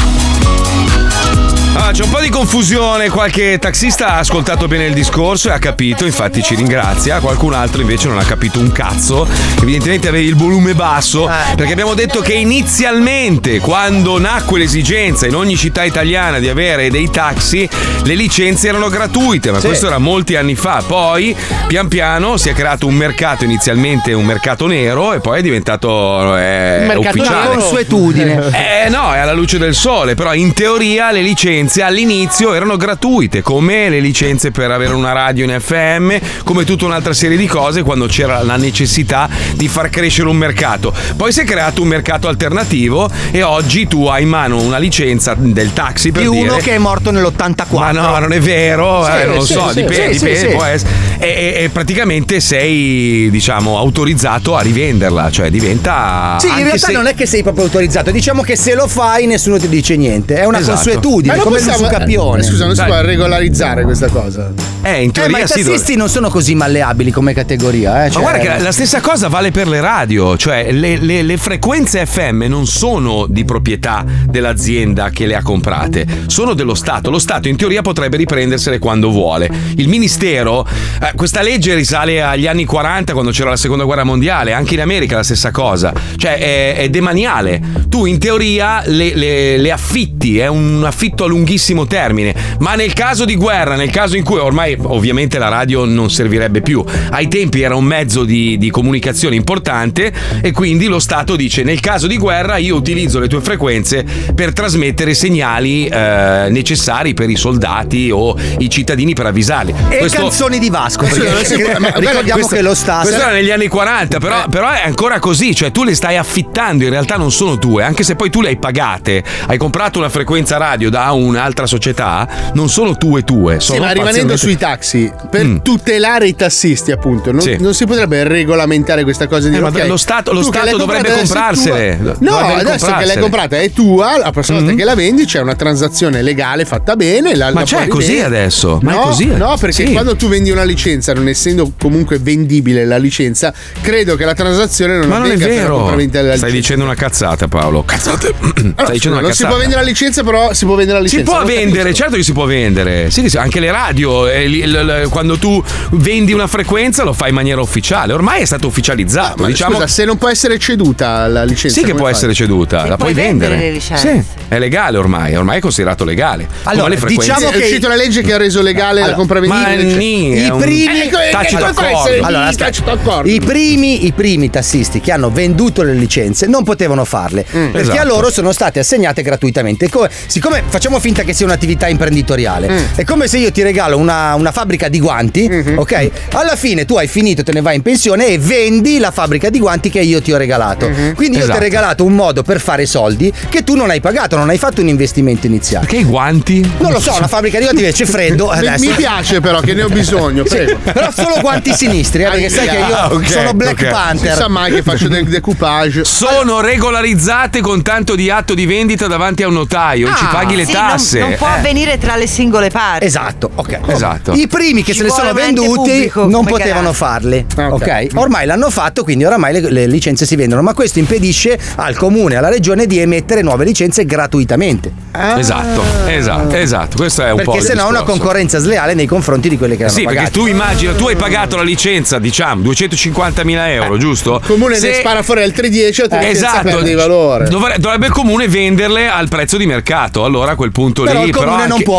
Ah, c'è un po' di confusione, qualche taxista ha ascoltato bene il discorso e ha capito, infatti ci ringrazia, qualcun altro invece non ha capito un cazzo, evidentemente avevi il volume basso, perché abbiamo detto che inizialmente quando nacque l'esigenza in ogni città italiana di avere dei taxi, le licenze erano gratuite, ma Sì. questo era molti anni fa, poi pian piano si è creato un mercato, inizialmente un mercato nero e poi è diventato eh, Mercato ufficiale. nero. Consuetudine. Eh no, è alla luce del sole, però in teoria le licenze all'inizio erano gratuite, come le licenze per avere una radio in F M, come tutta un'altra serie di cose quando c'era la necessità di far crescere un mercato. Poi si è creato un mercato alternativo e oggi tu hai in mano una licenza del taxi per Di dire... uno che è morto nell'ottantaquattro. Ma no, non è vero, Sì, eh, non lo sì, so, sì, dipende, sì, dipende, sì, può sì. essere. E, e- e praticamente sei, diciamo, autorizzato a rivenderla, cioè diventa... Sì, in anche realtà se- non è che sei proprio autorizzato, diciamo che se lo fai nessuno ti dice niente, è una Esatto. consuetudine, Ma non come il possiamo- succapione. eh, Scusa, non si Dai. può regolarizzare questa cosa? Eh, in Eh, teoria ma i sì, tassisti non sono così malleabili come categoria, eh? Ma cioè- guarda che la stessa cosa vale per le radio, cioè le, le- le frequenze F M non sono di proprietà dell'azienda che le ha comprate, sono dello Stato. Lo Stato in teoria potrebbe riprendersele quando vuole. Il Ministero, eh, questa legge risale agli anni quaranta quando c'era la seconda guerra mondiale, anche in America la stessa cosa, cioè è, è demaniale. Tu in teoria le, le- le affitti, è un affitto a lunghissimo termine, ma nel caso di guerra, nel caso in cui ormai ovviamente la radio non servirebbe più, ai tempi era un mezzo di, di comunicazione importante e quindi lo Stato dice nel caso di guerra io utilizzo le tue frequenze per trasmettere segnali eh, necessari per i soldati o i cittadini per avvisarli. E canzoni di Vasco, perché non si può- ma- ricordiamo questo- che lo Stato questo era negli anni quaranta, però, però è ancora così, cioè tu le stai affittando, in realtà non sono tue, anche se poi tu le hai pagate, hai comprato una frequenza radio da un'altra società, non sono tue tue, sono Sì, ma rimanendo parzialmente- sui taxi, per Mm. tutelare i tassisti, appunto, non, Sì. non si potrebbe regolamentare questa cosa di Eh, dire, ma ok, lo Stato- lo tu che Stato l'hai dovrebbe comprata adesso è comprarsele. tua. Dovrebbe No, adesso che l'hai comprarsele. comprata è tua, la prossima volta che la vendi c'è una transazione legale fatta bene. La, Ma la c'è puoi così rivendere. adesso? Ma è no, così? no, perché Sì. quando tu vendi una licenza, non essendo comunque vendibile la licenza, credo che la transazione non Ma non è avvenga per la vero. compravendita della Stai licenza. dicendo una cazzata, Paolo. Cazzate. Allora, Stai scusa, dicendo una non si cazzata. può vendere la licenza, però si può vendere la Si licenza. può non vendere, capisco. certo che si può vendere. Sì, sì, anche le radio, eh, li- l- l- quando tu vendi una frequenza lo fai in maniera ufficiale. Ormai è stato ufficializzato. Ma diciamo scusa, se non può essere ceduta la licenza, sì che come può fai? essere ceduta, la puoi vendere. le licenze. Sì, è legale ormai, ormai è considerato legale. Allora, Come le frequenze. diciamo è uscita una legge che ha reso legale Allora, la compravendita. ma delle ni, licenze. è I un primi Ecco, eh, tacito come fa a accordo. essere Allora, di aspetta. tacito accordo? I primi, I primi tassisti che hanno venduto le licenze non potevano farle perché esatto. a loro sono state assegnate gratuitamente. Co- siccome facciamo finta che sia un'attività imprenditoriale, è come se io ti regalo una, una fabbrica di guanti, ok? Alla fine tu hai finito, te ne vai in pensione e vendi la fabbrica di guanti che io ti ho regalato. Quindi io ti Esatto. ho regalato un modo per fare soldi che tu non hai pagato, non hai fatto un investimento iniziale. Perché i guanti? Non lo so, una fabbrica di guanti invece c'è freddo. Mi, adesso- mi piace però che ne ho bisogno, prego. Però solo guanti sinistri, eh, perché sai che io Ah, ok, sono Black ok. Non Panther. sa mai che faccio del decoupage. Sono regolarizzate con tanto di atto di vendita davanti a un notaio, ci paghi le Sì, tasse. Non, non può Eh. avvenire tra le singole parti. Esatto, ok. Esatto. I primi che Ci se le sono vuole un ente venduti pubblico non come potevano garante. farle. Ah, ok. ok. Ormai l'hanno fatto, quindi oramai le, le licenze si vendono. Ma questo impedisce al comune, alla regione di emettere nuove licenze gratuitamente. Esatto, esatto, esatto. Questo è un po' Perché il se no è una discorso. concorrenza sleale nei confronti di quelle che hanno Sì, pagato. perché tu immagina, tu hai pagato la licenza, diciamo, duecentocinquantamila euro, giusto? Il comune Se- ne spara fuori altri dieci, altri Esatto, perde di valore. Dovre- dovrebbe il comune venderle al prezzo di mercato. Allora a quel punto Però lì il comune non anche- può.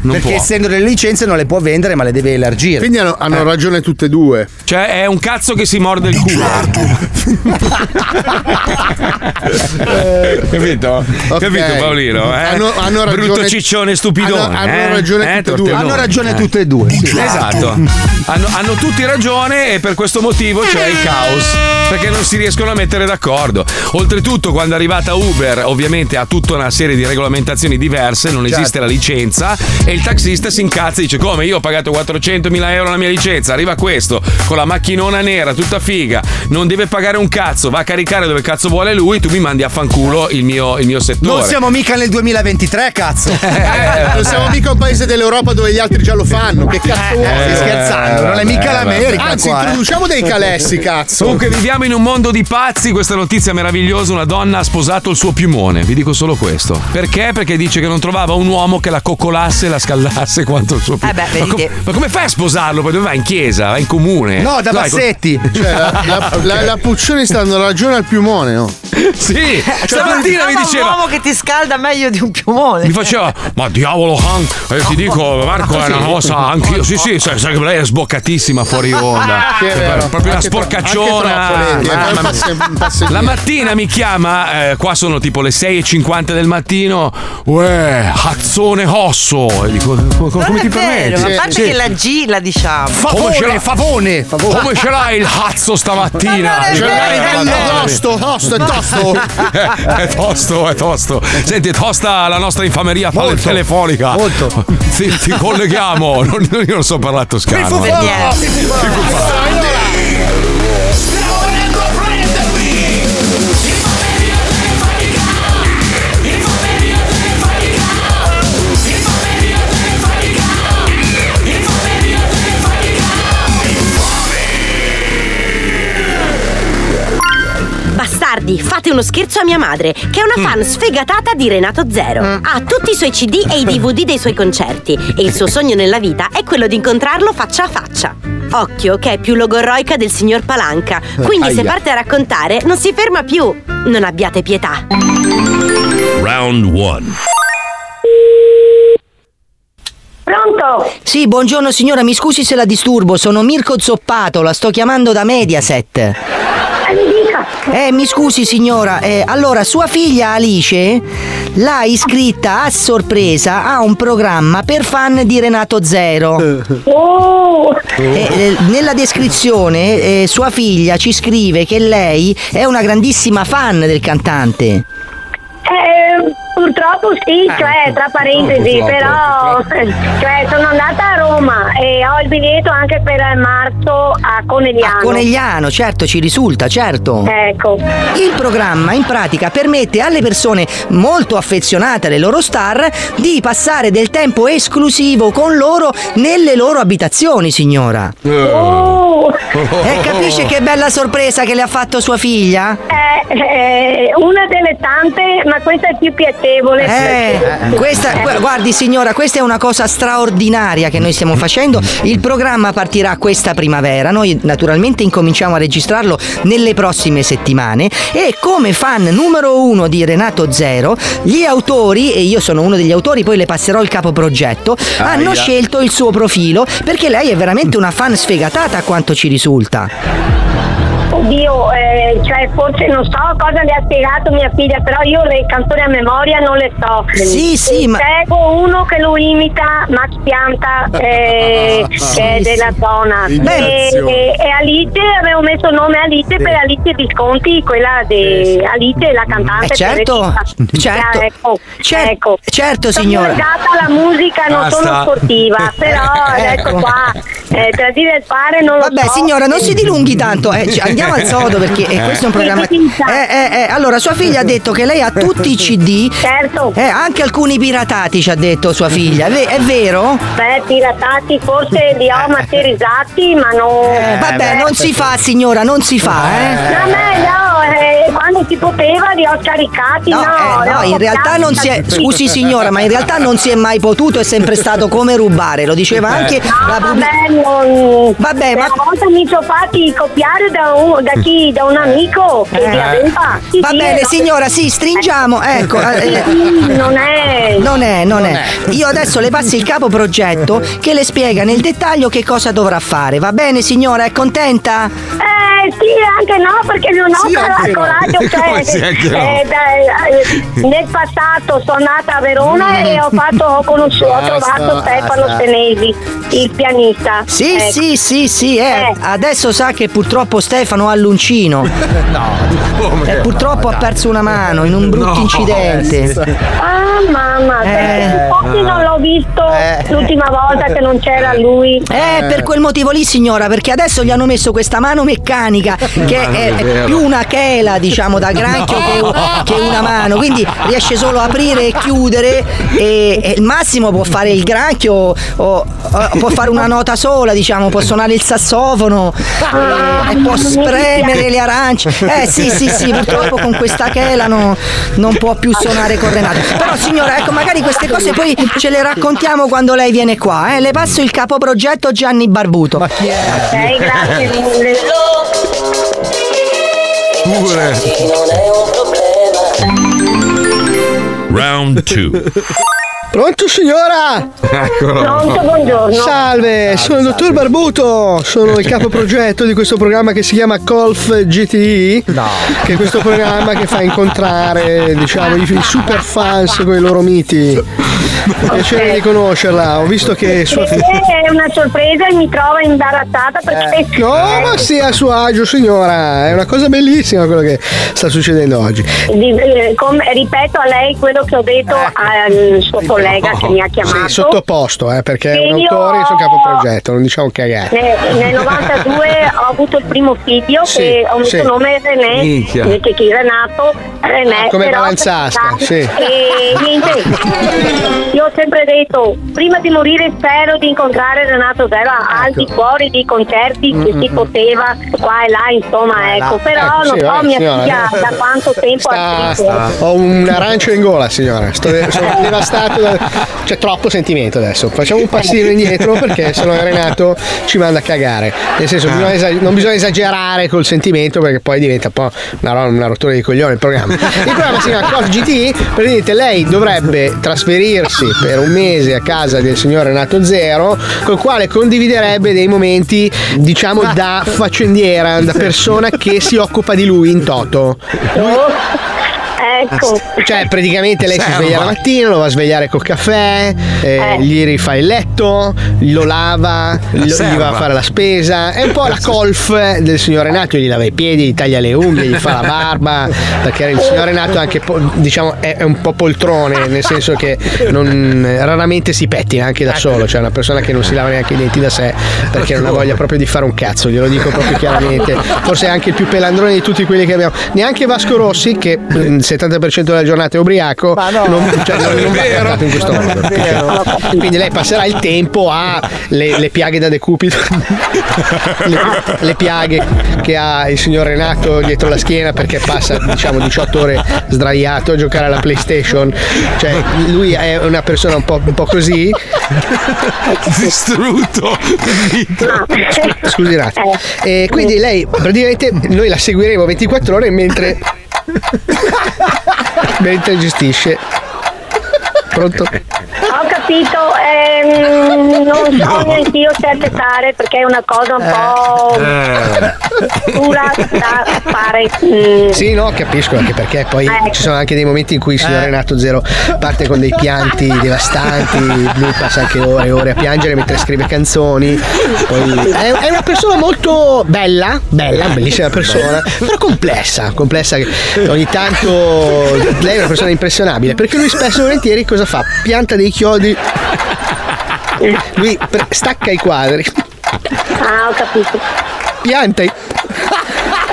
non perché può. essendo delle licenze non le può vendere, ma le deve elargire. Quindi hanno, hanno Eh. ragione tutte e due. Cioè, è un cazzo che si morde il culo. Capito? Ok. Capito, Paolino? Eh? Hanno- hanno ragione- Brutto ciccione stupidone. hanno- hanno eh? ragione Eh, tutte e due. tortellone. Hanno ragione Eh. tutte e due. Sì. Esatto. Hanno, hanno tutti ragione e per questo motivo c'è il caos. Perché non si riescono a mettere d'accordo. Oltretutto, quando è arrivata Uber, ovviamente ha tutta una serie di regolamentazioni diverse, non Certo. esiste la licenza. E il taxista si incazza e dice: come io ho pagato quattrocentomila euro la mia licenza, arriva questo con la macchinona nera, tutta figa, non deve pagare un cazzo, va a caricare dove cazzo vuole lui, tu mi mandi a fanculo il mio, il mio settore. Non siamo mica nel duemilaventitré, cazzo. Eh, non siamo mica un paese dell'Europa dove gli altri già lo fanno. Che cazzo vuoi? Stai scherzando, non è mica l'America. Anzi, qua, eh. introduciamo dei calessi, cazzo. Comunque viviamo in un mondo di pazzi, questa notizia meravigliosa, una donna ha sposato il suo piumone, vi dico solo questo. Perché? Perché dice che non trovava un uomo che la coccolasse e la scaldasse quanto il suo piumone. Eh beh, ma, vedi com- che- ma come fai a sposarlo? Poi dove vai? In chiesa? Vai in comune? No, da Dai, co- Bassetti. Cioè, la, la, la, la Puccioni sta dando ragione al piumone, no? Sì, Cioè, stamattina mi un diceva. uomo che ti scalda meglio di un piumone. Mi faceva, ma diavolo, Han, eh, ti dico, Marco, è una cosa, anch'io. Sì, sì, sai, sai che lei è sboccatissima fuori onda. Sì, è vero. Proprio una Anche tro- sporcacciona. anche troppo lenti, Ma- eh, ma- un passo- un passo La indietro. mattina mi chiama, eh, qua sono tipo le sei e cinquanta del mattino. Uè, hazzone osso. E dico, co- co- Non come è ti vero, permetti? a parte Sì. che la G la diciamo. Come ce l'ha- Favone, favone. Come ce l'hai il cazzo stamattina? Ma non è Cioè, vero. eh, È tosto, tosto, è tosto. è tosto, è tosto. Senti, è tosta la nostra infameria Molto. telefonica. Molto. Ti, ti colleghiamo. Non, io non so parlare toscano. Per niente. Bastardi, fate uno scherzo a mia madre, che è una fan sfegatata di Renato Zero. Ha tutti i suoi C D e i D V D dei suoi concerti e il suo sogno nella vita è quello di incontrarlo faccia a faccia. Occhio, che è più logorroica del signor Palanca, quindi se Aia. parte a raccontare non si ferma più. Non abbiate pietà. Round one. Pronto? Sì, buongiorno signora, mi scusi se la disturbo, sono Mirko Zoppato, la sto chiamando da Mediaset. Mi dica. Eh, mi scusi signora, eh, allora sua figlia Alice l'ha iscritta a sorpresa a un programma per fan di Renato Zero. Oh! Eh, eh, nella descrizione eh, sua figlia ci scrive che lei è una grandissima fan del cantante. Eh, purtroppo sì, cioè tra parentesi, purtroppo, però cioè, sono andata a Roma e ho il biglietto anche per marzo a Conegliano. A Conegliano, certo, ci risulta, certo. Ecco. Il programma in pratica permette alle persone molto affezionate alle loro star di passare del tempo esclusivo con loro nelle loro abitazioni, signora. Oh! E capisce che bella sorpresa che le ha fatto sua figlia? Eh, eh, una delle tante, ma questa è più piacevole. Eh, questa, gu- guardi signora, questa è una cosa straordinaria che noi stiamo facendo. Il programma partirà questa primavera. Noi naturalmente incominciamo a registrarlo nelle prossime settimane. E come fan numero uno di Renato Zero, gli autori, e io sono uno degli autori, poi le passerò il capoprogetto, hanno Aia. scelto il suo profilo perché lei è veramente una fan sfegatata a quanto ci risulta. Oddio, eh, cioè forse non so cosa le ha spiegato mia figlia, però io le canzoni a memoria non le so. Sì, sì, E ma- seguo uno che lo imita, Max Pianta, eh, Sì, che è sì. della zona. E, Beh. e- e Alice, avevo messo il nome Alice per Alice Visconti, quella di Alice, la cantante. Eh, certo, Federica. certo. Ah, ecco, Cer- ecco. certo, Sono signora. legata alla musica, non Basta. sono sportiva, però Ecco. ecco qua, eh, per dire il fare non lo Vabbè, so. signora, non si dilunghi tanto, eh, ci- andiamo al sodo perché eh, questo è un programma. Eh, eh, eh, allora, sua figlia ha detto che lei ha tutti i C D. Certo. Eh, anche alcuni piratati, ci ha detto sua figlia. È, ve- è vero? Beh, piratati forse li ho masterizzati, ma non. Eh, vabbè, non si fa, signora, non si fa, eh. No, meglio, eh, quando si poteva li ho scaricati, no, No, eh, no, in realtà non si è. Scusi signora, ma in realtà non si è mai potuto, è sempre stato come rubare, lo diceva anche No, la vabbè, non... Vabbè, una ma- volta mi sono fatti copiare da un, da chi? Da un amico che li aveva. Sì, Va sì, bene no. signora, sì, stringiamo, ecco. eh, Sì, non è. Non è, non, Non è. Io adesso le passi il capo progetto che le spiega nel dettaglio che cosa dovrà fare. Va bene signora, è contenta? Eh sì, anche no, perché non ho Sì, anche no. coraggio. Come sì, Cioè, anche no? eh, da- eh, nel passato sono nata a Verona e ho fatto, ho conosciuto, ho Basta, trovato Stefano basta. Senesi, il pianista. Sì, Ecco. sì, sì, sì, eh. Adesso sa che purtroppo Stefano ha l'uncino. No, e purtroppo ha perso una mano in un brutto No. incidente. Ah mamma, Eh. infatti non l'ho visto l'ultima volta che non c'era lui. Eh, per quel motivo lì signora, perché adesso gli hanno messo questa mano meccanica che è, è vero. più una chela, diciamo, da granchio No. che, che una mano, quindi riesce solo a aprire e chiudere e, e il massimo può fare il granchio o, o può fare una nota sola, diciamo, può suonare il sassofono e, e può spremere le arance. Eh sì, sì, sì, purtroppo con questa chela no- non può più suonare correnato. Però signora, ecco, magari queste cose poi ce le raccontiamo quando lei viene qua, eh. Le passo il capoprogetto Gianni Barbuto. Ma chi è? Ok, grazie mille. Pure. Round two. Pronto signora? Eccolo. Pronto, buongiorno. Salve, sono il dottor Barbuto, sono il capoprogetto di questo programma che si chiama Golf G T E, no. che è questo programma che fa incontrare, diciamo, i, i super fans con i loro miti. Piacere di conoscerla, ho visto che sua Perché è una sorpresa e mi trovo imbarazzata perché No, ma sia a suo agio signora, è una cosa bellissima quello che sta succedendo oggi. Di- eh, come- ripeto a lei quello che ho detto al suo collega che mi ha chiamato. Sì, sottoposto, eh, perché è un Io- autore e sono capoprogetto, non diciamo cagare. Nel, nel novantadue ho avuto il primo figlio Sì, che ho messo sì. nome René, Minchia. che chi Renato, René. Ah, come però- Balanzasca, sì. E niente, io ho sempre detto, prima di morire spero di incontrare Renato Zero al Ecco. di fuori di concerti che si poteva qua e là, insomma, ecco. Però Ecco, non sì, so vabbè, mia signora, figlia eh. da quanto tempo ha scritto. Ho un arancio in gola, signora. Sto sono devastato. Da, c'è troppo sentimento adesso. Facciamo un passino indietro perché sennò Renato ci manda a cagare. Nel senso, bisogna esag- non bisogna esagerare col sentimento perché poi diventa un po' una, ro- una rottura di coglione il programma. Il programma si chiama Golf G T E. Praticamente lei dovrebbe trasferirsi per un mese a casa del signor Renato Zero, col quale condividerebbe dei momenti, diciamo, da faccendiera, da persona che si occupa di lui in toto. Lui, Ecco. Cioè, praticamente lei si Serva. sveglia la mattina, lo va a svegliare col caffè, eh, Eh. gli rifà il letto, lo lava, lo- gli serva. va a fare la spesa. È un po' la colf del signor Renato, gli lava i piedi, gli taglia le unghie, gli fa la barba. Perché il signor Renato è anche po- diciamo è, è un po' poltrone, nel senso che non, raramente si pettina anche da solo, cioè è una persona che non si lava neanche i denti da sé perché non ha voglia proprio di fare un cazzo, glielo dico proprio chiaramente. Forse è anche il più pelandrone di tutti quelli che abbiamo. Neanche Vasco Rossi, che il settanta per cento della giornata è ubriaco, non, cioè, non, non va trattato in questo modo. Perché- quindi lei passerà il tempo a le, le piaghe da decupito, le, le piaghe che ha il signor Renato dietro la schiena perché passa, diciamo, diciotto ore sdraiato a giocare alla PlayStation. Cioè, lui è una persona un po', un po' così. Distrutto. Scusi un attimo. E quindi lei praticamente noi la seguiremo ventiquattro ore mentre mentre gestisce. Pronto? Ho capito, ehm, non so neanche io certe fare perché è una cosa un po' dura da fare. Mm. Sì, no, capisco, anche perché poi Ecco. ci sono anche dei momenti in cui il signor Renato Zero parte con dei pianti devastanti, lui passa anche ore e ore a piangere mentre scrive canzoni. Poi è, è una persona molto bella, bella, bellissima persona, però complessa, complessa che ogni tanto lei è una persona impressionabile, perché lui spesso e volentieri cosa fa? Pianta dei chiodi. Lui pre- stacca i quadri. Ah, ho capito. Pianta i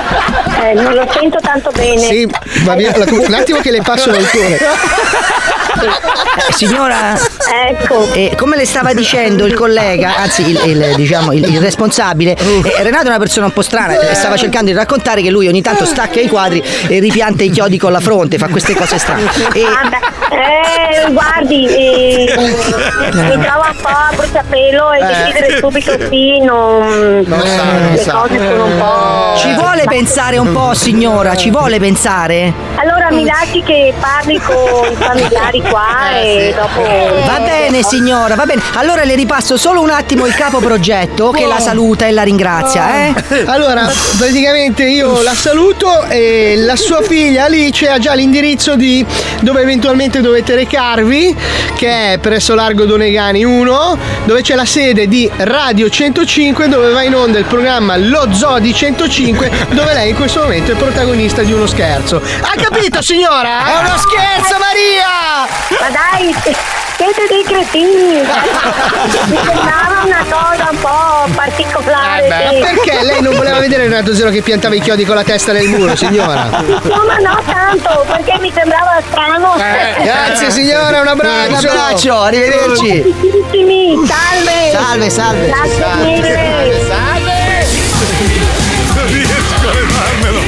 Eh, non lo sento tanto bene. Sì, va via. la- Un attimo che le passo l'autore. Eh, signora, ecco. eh, come le stava dicendo il collega, anzi il, il, diciamo, il, il responsabile, eh, Renato è una persona un po' strana, eh, stava cercando di raccontare che lui ogni tanto stacca i quadri e ripianta i chiodi con la fronte, fa queste cose strane. E... Eh, guardi, eh, mi trovo un po' a bruciapelo e decidere subito sì, non, Non sa, non le sa. cose sono un po'. Ci vuole pensare un po', signora, ci vuole pensare? Allora mi lasci che parli con i familiari qua e dopo. Va bene signora, va bene. Allora le ripasso solo un attimo il capo progetto che la saluta e la ringrazia, eh? Allora, praticamente io la saluto e la sua figlia Alice ha già l'indirizzo di dove eventualmente dovete recarvi, che è presso Largo Donegani uno, dove c'è la sede di Radio centocinque, dove va in onda il programma Lo Zoo di centocinque, dove lei in questo momento è protagonista di uno scherzo. Ha capito signora? È uno scherzo, Maria! Ma dai, siete dei cretini! Mi sembrava una cosa un po' particolare. Eh sì. beh, perché lei non voleva vedere Renato Zero che piantava i chiodi con la testa nel muro, signora? Insomma, no tanto, perché mi sembrava strano. Eh, grazie signora, un abbraccio. Un abbraccio, arrivederci. Salve. Salve, salve. Grazie Salve. mille. Salve. Non riesco a levarmelo.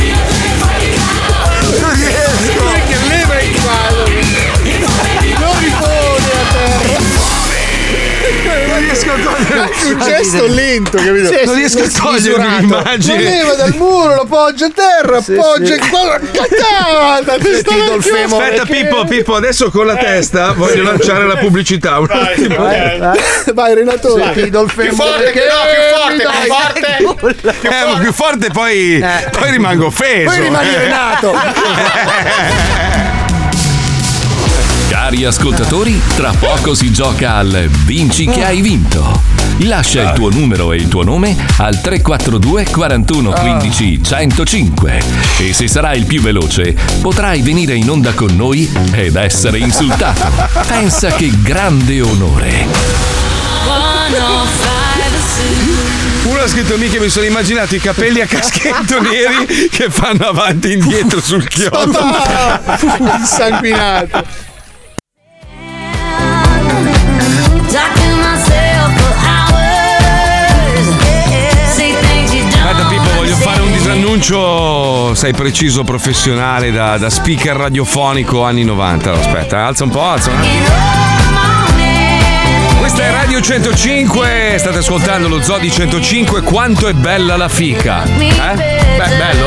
Non riesco. Perché leva il quadro. Non ripone a terra. Non riesco a togliere un gesto lento, capito? Sì, non riesco a togliere l'immagine. Lo leva dal muro, lo poggia a terra, Sì, poggia sì. qua. Cazzata, ti sto Ti do il femore. Aspetta Pippo, Pippo, adesso con la testa voglio lanciare la pubblicità. Un attimo. Vai Renato, Sì. ti do il Più femore. forte, che no, più forte, più forte. Eh, ma più forte poi, poi rimango offeso. Poi rimani eh. Renato. Cari ascoltatori, tra poco si gioca al Vinci che hai vinto. Lascia il tuo numero e il tuo nome al tre quattro due quarantuno quindici centocinque e se sarai il più veloce potrai venire in onda con noi ed essere insultato. Pensa che grande onore. Uno ha scritto mica mi sono immaginato i capelli a caschetto neri che fanno avanti e indietro sul chiodo. Insanguinato. Guarda Pippo, voglio fare un disannuncio, sei preciso, professionale da, da speaker radiofonico anni novanta. Allora, aspetta, alza un po', alza un attimo. Questa è Radio centocinque, state ascoltando lo Zoo di centocinque. Quanto è bella la fica, eh? Beh, bello?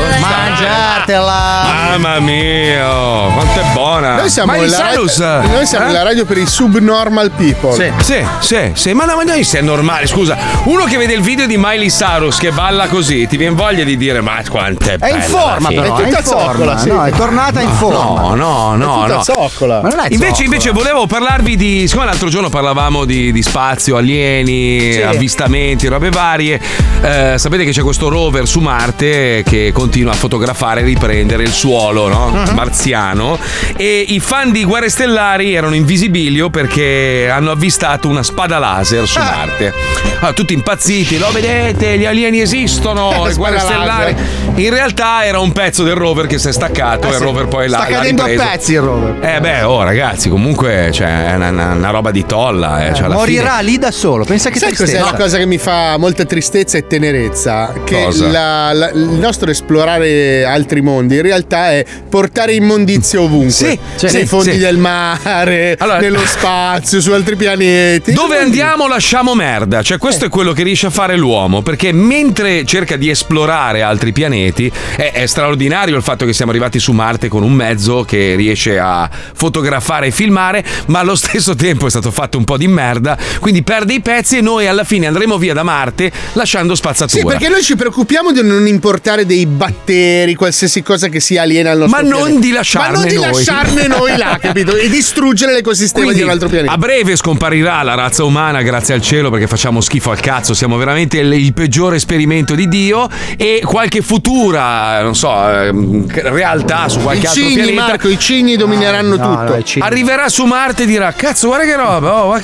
Mangiatela! Mamma mia, quanto è buona! Noi siamo, Miley la, Cyrus, radio, noi siamo eh? la radio per i subnormal people. Sì, sì, sì, sì, ma, no, ma noi sei normale, scusa. Uno che vede il video di Miley Cyrus che balla così, ti viene voglia di dire ma quanto è È bella in forma la fica. però, È è tutta in forma, zoccola, sì. no, è tornata in forma. No, no, no, Tutta no. zoccola. Ma non è Invece, zoccola. invece volevo parlarvi di. Siccome l'altro giorno parlavamo di, di spazio, alieni, Sì. avvistamenti, robe varie. Eh, sapete che c'è questo rover su Marte che continua a fotografare e riprendere il suolo, no? Uh-huh. Marziano. E i fan di Guerre Stellari erano in visibilio perché hanno avvistato una spada laser su Marte. Allora, tutti impazziti, lo vedete, gli alieni esistono, le Guerre Spada Stellari. laser. In realtà era un pezzo del rover che si è staccato Eh e il sì. rover poi l'ha, Sta l'ha cadendo a ripreso. pezzi il rover. Eh beh, oh ragazzi, comunque cioè, è una, una- una roba di tolla. Eh, cioè, alla Morirà fine- lì da solo. Pensa che Sai cos'è tristezza. la cosa che mi fa molta tristezza e tenerezza? Che Cosa? la- la- il nostro esplorare altri mondi in realtà è portare immondizie ovunque. Sì, sì, nei sì, fondi sì. del mare, Allora- nello spazio, su altri pianeti. Dove andiamo lasciamo merda, cioè questo è quello che riesce a fare l'uomo, perché mentre cerca di esplorare altri pianeti è, è straordinario il fatto che siamo arrivati su Marte con un mezzo che riesce a fotografare e filmare, ma allo stesso tempo è stato fatto un po' di merda, quindi perde i pezzi e noi alla fine andremo via da Marte lasciando spazzatura. Sì, perché noi ci preoccupiamo di non importare dei batteri, qualsiasi cosa che sia aliena al nostro Ma non pianeta. di lasciarne Ma non di noi. lasciarne noi là, capito? E distruggere l'ecosistema Quindi, di un altro pianeta. a breve scomparirà la razza umana, grazie al cielo, perché facciamo schifo al cazzo. Siamo veramente il, il peggiore esperimento di Dio. E qualche futura, non so, ehm, realtà su qualche I altro cigni, pianeta Marco, i cigni domineranno No, tutto. no, i cigni. arriverà su Marte e dirà: cazzo, guarda che roba, oh, guarda che roba, questa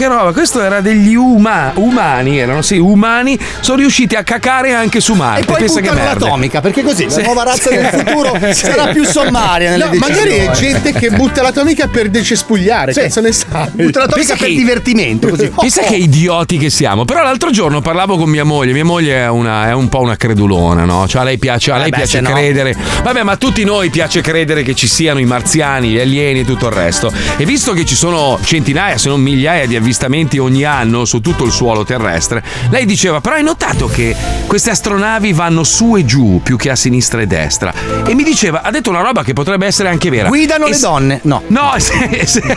questo era degli uma, umani, erano sì, umani, sono riusciti a cacare anche su Marte. E poi Pensa che buttano merda. l'atomica, perché così Sì. la nuova razza Sì. del futuro sarà più sommaria nelle No, decisioni. magari è gente che butta l'atomica per decespugliare, Sì. cazzo ne sai? Butta l'atomica Pensa per che- divertimento, così. Pensa che idioti che siamo. Però l'altro giorno parlavo con mia moglie. Mia moglie è, una, è un po' una credulona, no? Cioè a lei piace, a lei Eh beh, piace se no. credere. Vabbè, ma a tutti noi piace credere che ci siano i marziani, gli alieni e tutto il resto. E visto che ci sono centinaia, se non migliaia di avvistamenti ogni anno su tutto il suolo terrestre, lei diceva: però hai notato che queste astronavi vanno su e giù più che a sinistra e destra? E mi diceva, ha detto una roba che potrebbe essere anche vera. Guidano E le se- donne? No. No, se- se-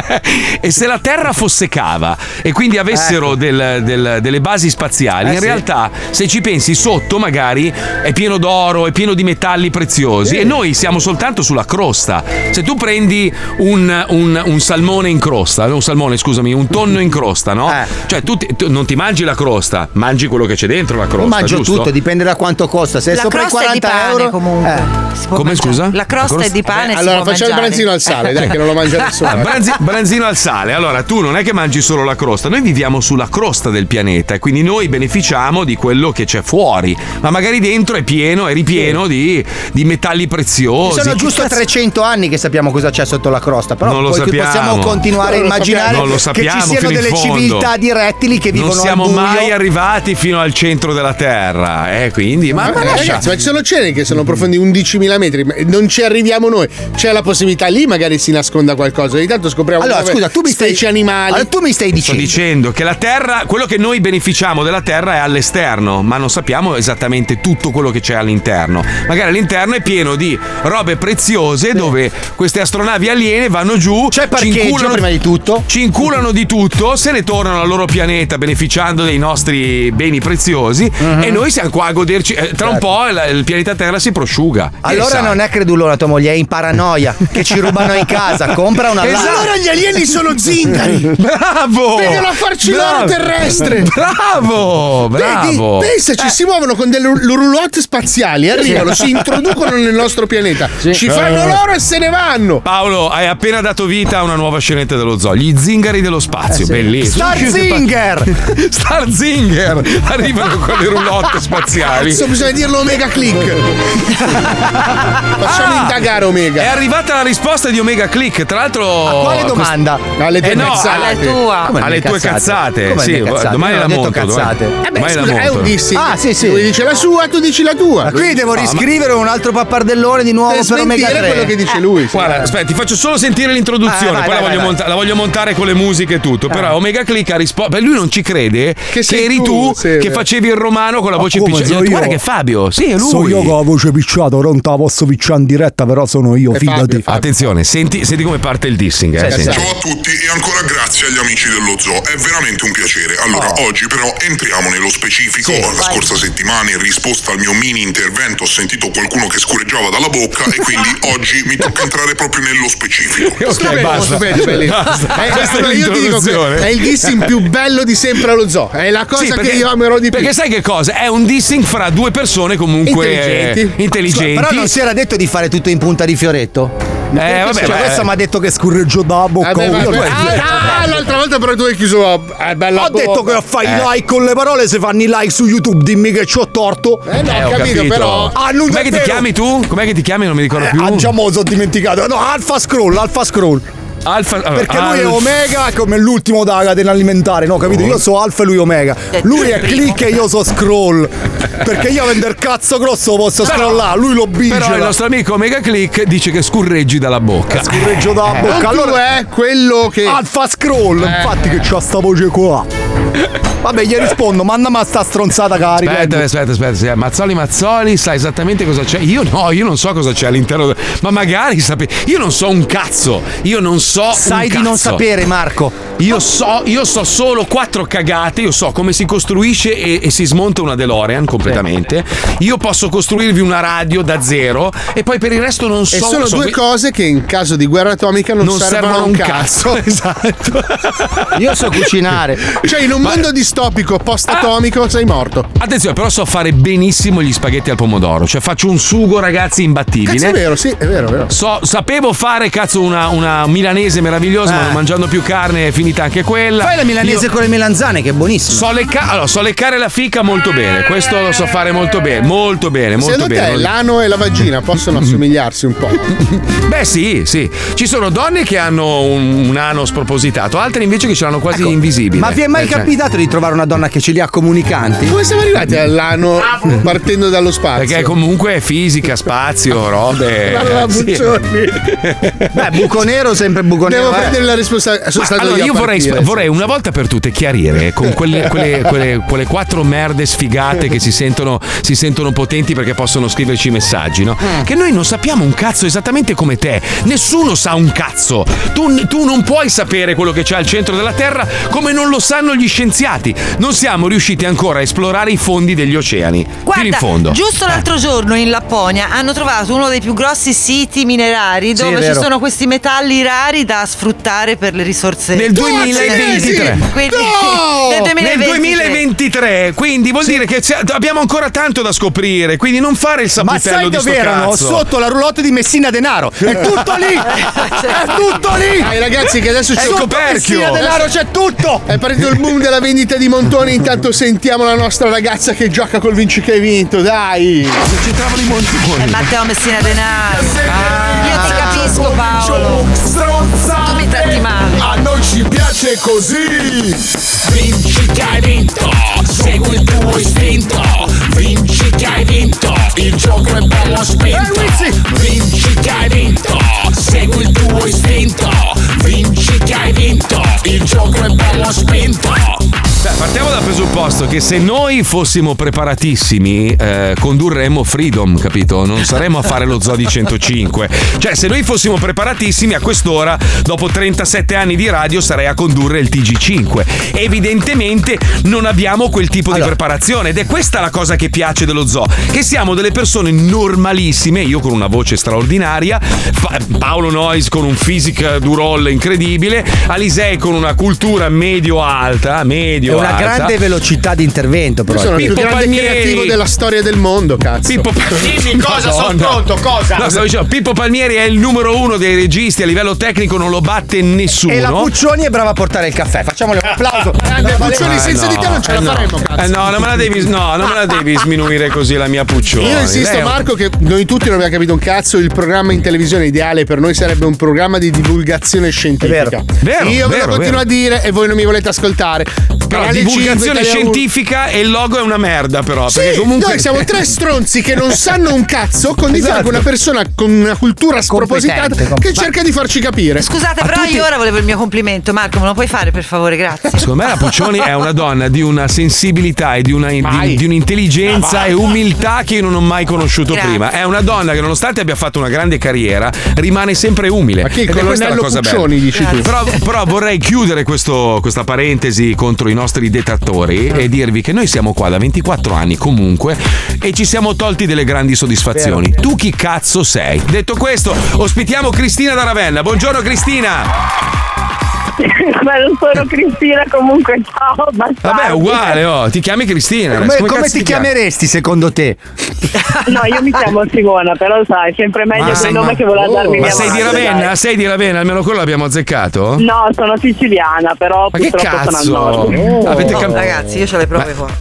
e se la Terra fosse cava e quindi avessero del- del- delle basi spaziali, Eh, in sì. realtà, se ci pensi, sotto magari è pieno d'oro, è pieno di metalli preziosi Sì. e noi siamo soltanto sulla crosta. Se tu prendi un, un- un salmone in crosta, un salmone, scusami, un tonno in crosta, no? Eh. Cioè tu, ti- tu non ti mangi la crosta, mangi quello che c'è dentro la crosta. Io mangio giusto? tutto, dipende da quanto costa. Se è La sopra i crosta è di quaranta pane, euro, comunque. eh. Si può Come, mangiare. scusa? La crosta La è di pane. si Allora può facciamo il mangiare. branzino al sale, dai, che non lo mangia nessuno. Ah, branzi- branzino al sale. Allora, tu non è che mangi solo la crosta, noi viviamo sulla crosta del pianeta e quindi noi beneficiamo di quello che c'è fuori, ma magari dentro è pieno, è ripieno di, di metalli preziosi. Sono Che giusto cazzo- trecento anni che sappiamo cosa c'è sotto la crosta, però Non lo poi sappiamo. possiamo continuare a Non lo immaginare sappiamo. Non lo che sappiamo ci siano fino in delle fondo. civiltà di rettili che vivono non siamo al buio. mai arrivati fino al centro della Terra, eh, quindi ma, Ma, ma eh, lascia- ragazzi, ma ci sono oceani che sono profondi undicimila metri, ma non ci arriviamo noi. C'è la possibilità lì, magari si nasconda qualcosa. Ogni tanto scopriamo Allora, nuove scusa, tu mi stai specie animali. Allora, tu mi stai Sto dicendo dicendo che la Terra, quello che noi beneficiamo della Terra è all'esterno, ma non sappiamo esattamente tutto quello che c'è all'interno. Magari all'interno è pieno di robe preziose dove queste astronavi aliene vanno giù, c'è ci parcheggio inculano, prima di tutto. ci inculano di tutto, se ne tornano al loro pianeta beneficiando dei nostri beni preziosi Mhm. e noi siamo qua a goderci. eh, Tra un po' il, il pianeta Terra si prosciuga. Che Allora sai? non è credulona tua moglie, è in paranoia che ci rubano in casa, compra una Esatto. lana. Allora gli alieni sono zingari. Bravo! Vengono a farci Bravo! l'oro terrestre. Bravo! Bravo! Vedi, pensaci, si muovono con delle roulotte spaziali, arrivano, si introducono nel nostro pianeta, ci fanno Eh. l'oro e se ne vanno. Paolo, hai appena dato vita a una nuova scenetta dello zoo. Gli zingari dello spazio, Eh sì. bellissimo. Starzinger! Starzinger! Arrivano con le roulotte spaziali. Cazzo, bisogna dirlo Omega Click. Facciamo Ah, indagare Omega. È arrivata la risposta di Omega Click. Tra l'altro. A quale domanda? Alle tue Eh no, cazzate. alle tua. Come alle le tue cazzate. Come Sì, le cazzate? domani Io la non ho detto monto. domani- cazzate. Eh beh, domani la scusa, è monto. un dissing. Ah, sì, sì. Lui dice la sua, tu dici la tua. Ma quindi devo riscrivere un altro pappardellone di nuovo Per per Omega smentire tre. quello che dice lui. sì. Guarda, aspetta, ti faccio solo sentire l'introduzione, Ah, vai, poi la, vai, voglio vai, monta- la voglio montare con le musiche e tutto. Però Omega Click ha risposto. Beh, lui non ci crede che, sei eri tu, tu, sì, che beh. facevi il romano con la voce come, picciata. so io? Guarda che è Fabio, sì, è lui. So io con la voce picciata, non te la posso picciare in diretta, però sono io, È fidati. Fabio, Fabio. Attenzione, senti, senti come parte il dissing. Eh, Sì, senti. Ciao a tutti e ancora grazie agli amici dello zoo, è veramente un piacere. Allora, Oh. oggi però entriamo nello specifico. La scorsa settimana, in risposta al mio mini intervento, ho sentito qualcuno che scureggiava dalla bocca e quindi oggi mi tocca entrare proprio nello specifico. Ok, Stupendo, basta. stupendo, bellissimo. Basta. Eh, Questa è allora io ti dico che l'introduzione. è il dissing più bello di sempre allo zoo. È la cosa Sì, che io amerò di più. Perché sai che cosa? È un dissing fra due persone comunque Intelligenti. eh, intelligenti. Però non si era detto di fare tutto in punta di fioretto? Eh, vabbè, cioè, beh, questo mi ha detto che scorreggio da bocca. Vabbè, oh, vabbè. io- Ah, ah, l'altra volta però tu hai chiuso eh, bella Ho detto bocca. che fai Eh. i like con le parole, se fanno i like su YouTube, dimmi che ci ho torto. Eh no, Eh, ho capito, però. Ah, non Com'è è che ti vero. chiami tu? Com'è che ti chiami? Non mi ricordo più. Ah, già mo' sono dimenticato. No, Alfa Scroll, Alfa Scroll. Alfa, allora, Perché lui è Alf- Omega come l'ultimo della catena alimentare, no, capito? Io so Alfa e lui Omega. Lui è Click e io so Scroll. Perché io vendo il cazzo grosso lo posso scrollare, lui lo bice. Però il nostro amico Omega Click dice che scurreggi dalla bocca. Scorreggio da Non bocca. tu Allora, è quello che. Alfa Scroll, infatti che c'ha sta voce qua. Vabbè, gli rispondo, mandami a sta stronzata carica. Aspetta, aspetta, aspetta, sì, Mazzoli Mazzoli sa esattamente cosa c'è. Io no, io non so cosa c'è all'interno. Ma magari sape. Io non so un cazzo. Io non so. Sai un di non cazzo. sapere, Marco. Io so, io so solo quattro cagate. Io so come si costruisce e, e si smonta una DeLorean completamente. Io posso costruirvi una radio da zero. E poi per il resto non so. E sono so- due cose che in caso di guerra atomica non, non servono a un cazzo. cazzo. Esatto. Io so cucinare. Cioè, in un mondo distopico distopico post-atomico, sei morto. Attenzione, però so fare benissimo gli spaghetti al pomodoro. Cioè faccio un sugo, ragazzi, imbattibile. Cazzo, è vero, sì, è vero, è vero. So, sapevo fare, cazzo, una, una milanese meravigliosa, Eh. ma non mangiando più carne è finita anche quella. Fai la milanese Io con le melanzane, che è buonissima. So, lecca- allora, so leccare la fica molto bene. Questo lo so fare molto bene. Molto bene, molto Secondo bene. te l'ano e la vagina possono assomigliarsi un po'? Beh, sì, sì. Ci sono donne che hanno un, un ano spropositato, altre invece che ce l'hanno quasi invisibile. Ma vi è mai Eh, cioè- capitato di trovare una donna che ce li ha comunicanti? Come siamo arrivati all'ano partendo dallo spazio? Perché comunque è fisica, spazio, robe. Allora, Sì. Buccioni. Beh, buco nero, sempre buco nero. Devo eh. prendere la responsabilità. Sono Ma stato allora, io io a vorrei, partire, vorrei una volta per tutte chiarire con quelle, quelle, quelle, quelle quattro merde sfigate che si sentono, si sentono potenti perché possono scriverci i messaggi, no? Che noi non sappiamo un cazzo esattamente come te. Nessuno sa un cazzo. Tu, tu non puoi sapere quello che c'è al centro della Terra come non lo sanno gli scienziati. Non siamo riusciti ancora a esplorare i fondi degli oceani. fino in Guarda, fondo. giusto l'altro giorno in Lapponia hanno trovato uno dei più grossi siti minerari Sì, dove è ci vero. sono questi metalli rari da sfruttare per le risorse Nel duemilaventitré. Quindi, No! nel Nel duemilaventitré. duemilaventitré, quindi vuol dire che c'è- abbiamo ancora tanto da scoprire, quindi non fare il Ma saputello sai di sto dove erano? cazzo. Sotto la roulotte di Messina Denaro. È tutto lì! È tutto lì! Dai ragazzi, che adesso È c'è sotto il coperchio. Messina Denaro, c'è tutto! È partito il boom della vendita di montoni. Intanto sentiamo la nostra ragazza che gioca col vinci che hai vinto. Dai, non c'entravano i montoni. Eh, Matteo Messina Denaro. Io ti capisco, Paolo. Tu mi tratti male. A noi ci piace così. Vinci che hai vinto, segui il tuo istinto. Vinci che hai vinto, il gioco è bello spinto. Vinci che hai vinto, segui il tuo istinto. Vinci che hai vinto, il gioco è bello spinto. Beh, partiamo dal presupposto che se noi fossimo preparatissimi eh, condurremmo Freedom, capito? Non saremmo a fare lo Zoo di centocinque. Cioè, se noi fossimo preparatissimi a quest'ora, dopo trentasette anni di radio, sarei a condurre il T G cinque. Evidentemente non abbiamo quel tipo di preparazione ed è questa la cosa che piace dello Zoo, che siamo delle persone normalissime, io con una voce straordinaria, Pa- Paolo Noyes con un physique du roll incredibile, Alisei con una cultura medio-alta, medio È una grande velocità di intervento, però. io sono il più Pippo grande Palmieri. creativo della storia del mondo, cazzo. Pippo Dimmi cosa, sono pronto, cosa? No, stavo dicendo, Pippo Palmieri è il numero uno dei registi, a livello tecnico non lo batte nessuno. E la Puccioni è brava a portare il caffè. Facciamole un applauso. Grande Puccioni, senza di te non ce la eh no. faremmo, cazzo. Eh no, non me la devi, no, non me la devi sminuire così la mia Puccioni. Io insisto, Lei è un- Marco, che noi tutti non abbiamo capito un cazzo. Il programma in televisione ideale per noi sarebbe un programma di divulgazione scientifica. Vero, Io ve vero, lo continuo vero. a dire e voi non mi volete ascoltare. Però Canale divulgazione cinque, Italia uno. scientifica e il logo è una merda, però. Sì, perché comunque noi siamo tre stronzi che non sanno un cazzo con di fianco Esatto. una persona con una cultura spropositata che cerca di farci capire. Scusate, però io ora volevo il mio complimento. Marco, me lo puoi fare per favore? Grazie. Secondo me la Puccioni è una donna di una sensibilità e di, una, di, di un'intelligenza e umiltà che io non ho mai conosciuto Grazie. prima. È una donna che nonostante abbia fatto una grande carriera rimane sempre umile. Ma chi, il Ed è questa la colonnello cosa Puccioni, bella. dici tu? Però, però vorrei chiudere questo- questa parentesi contro i nostri detrattori e dirvi che noi siamo qua da ventiquattro anni comunque e ci siamo tolti delle grandi soddisfazioni. Tu chi cazzo sei? Detto questo, ospitiamo Cristina da Ravenna. Buongiorno Cristina. Ma non sono Cristina, comunque ciao. Vabbè, uguale, oh, ti chiami Cristina. Come, come cazzo ti chiami? chiameresti secondo te? No, io mi chiamo Simona, però sai, sempre meglio del sei- nome che voleva darmi ma mia sei di madre, Ravenna? dai. Sei di Ravenna? Almeno quello l'abbiamo azzeccato? No, sono siciliana, però Ma che purtroppo cazzo? sono al nord. Oh. Avete No, cam- ragazzi, io ho le prove qua.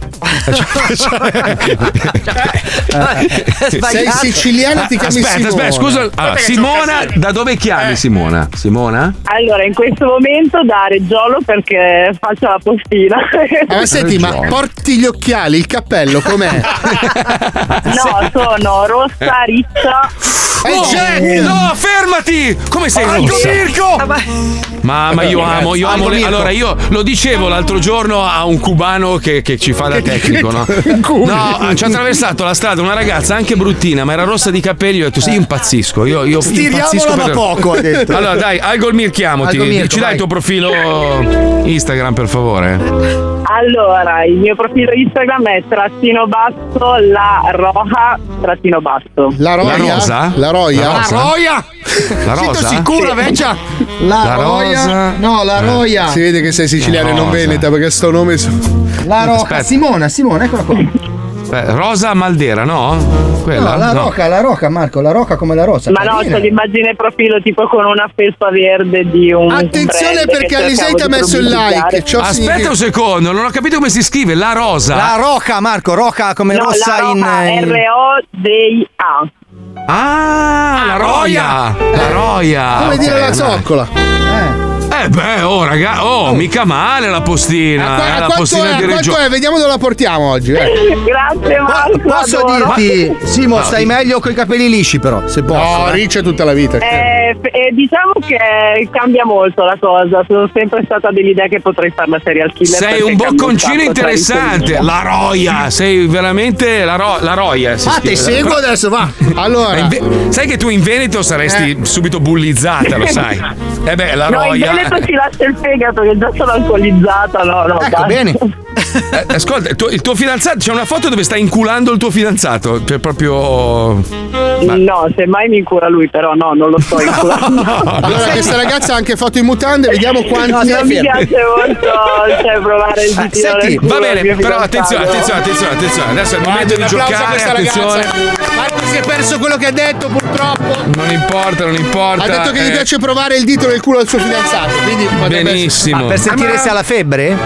Sei siciliana, ti chiami Aspetta, Simona. aspetta, scusa. Allora, Aspetta che Simona, c'ho un da dove chiami Simona? Simona? Allora, in questo momento da Reggiolo perché faccio la postina. Ah, ma senti, ma porti gli occhiali, il cappello com'è? No, sono rossa, riccia. Oh, Jack! no, fermati! Come sei Aldo rossa? Mirko! Mamma, io amo, io amo. Aldo le- Mirko. Allora, io lo dicevo l'altro giorno a un cubano che, che ci fa da tecnico, no? No, ci ha attraversato la strada una ragazza anche bruttina, ma era rossa di capelli. Io ho detto, sì, impazzisco. Io, io Stiriamola impazzisco da per- poco, ha detto. Allora, dai, Algol Mir, chiamati. Algol Mirko, Ci dai vai. il tuo profilo Instagram, per favore? Allora, il mio profilo Instagram è trattino basso la roja trattino basso. La roia? La rosa? La roia? La rosa? La roia? La rosa? sicura, Veccia? La, La roia? roia? No, la roia. Si vede che sei siciliana e non Rosa. veneta perché sto nome. La roca. Aspetta. Simona, Simona, eccola qua. Beh, Rosa Maldera, no? Quella? No, la No. roca, la roca, Marco, la roca come la rosa. Ma no, c'ho l'immagine profilo tipo con una felpa verde di un Attenzione brand perché che Alisei cercavo ti ha di messo il like. pubblicizzare. Ciò Aspetta significa- un secondo, non ho capito come si scrive. La rosa. La roca, Marco, roca come No, rossa la in, roja, in- R O D I A. Ah, la roia. La roia. Come Ok, dire la dai. zoccola. Eh beh, oh raga, oh, mica male la postina. A, qua- eh, a la quanto, postina è, di a quanto Reggio. è? Vediamo dove la portiamo oggi. eh. Grazie Marco. Posso adoro. dirti, Simo, No, stai di- meglio coi capelli lisci però, se posso. No, eh. riccia tutta la vita. Eh, f- eh, diciamo che cambia molto la cosa. Sono sempre stata dell'idea che potrei fare la serial killer. Sei perché un cambia bocconcino sacco tra interessante. riferimenti. La roia, sei veramente la, ro- la roia. si Ah, scrive. ti seguo Però- adesso, va. Ma Allora, in Ve- sai che tu in Veneto saresti subito bullizzata, lo sai. Eh beh, la No, in roia. Veneto ci lascia il fegato che già sono alcolizzata. No, no, Ecco, basta. bene. Eh, ascolta, il tuo, il tuo fidanzato, c'è una foto dove stai inculando il tuo fidanzato. Cioè, proprio. No, semmai mi incura lui, però no, non lo sto incurando. allora questa ragazza ha anche foto in mutande, vediamo quanti. No, Non mi piace molto cioè, provare il ditino senti, nel culo Va al bene, mio però fidanzato. attenzione, attenzione, attenzione, attenzione. Adesso è il momento di Un applauso a giocare. questa Attenzione. ragazza. Marco si è perso quello che ha detto, purtroppo. Non importa, non importa. Ha detto che gli eh, piace provare il dito nel culo al suo fidanzato. Quindi potrebbe Benissimo. Ah, per sentire se ha la febbre?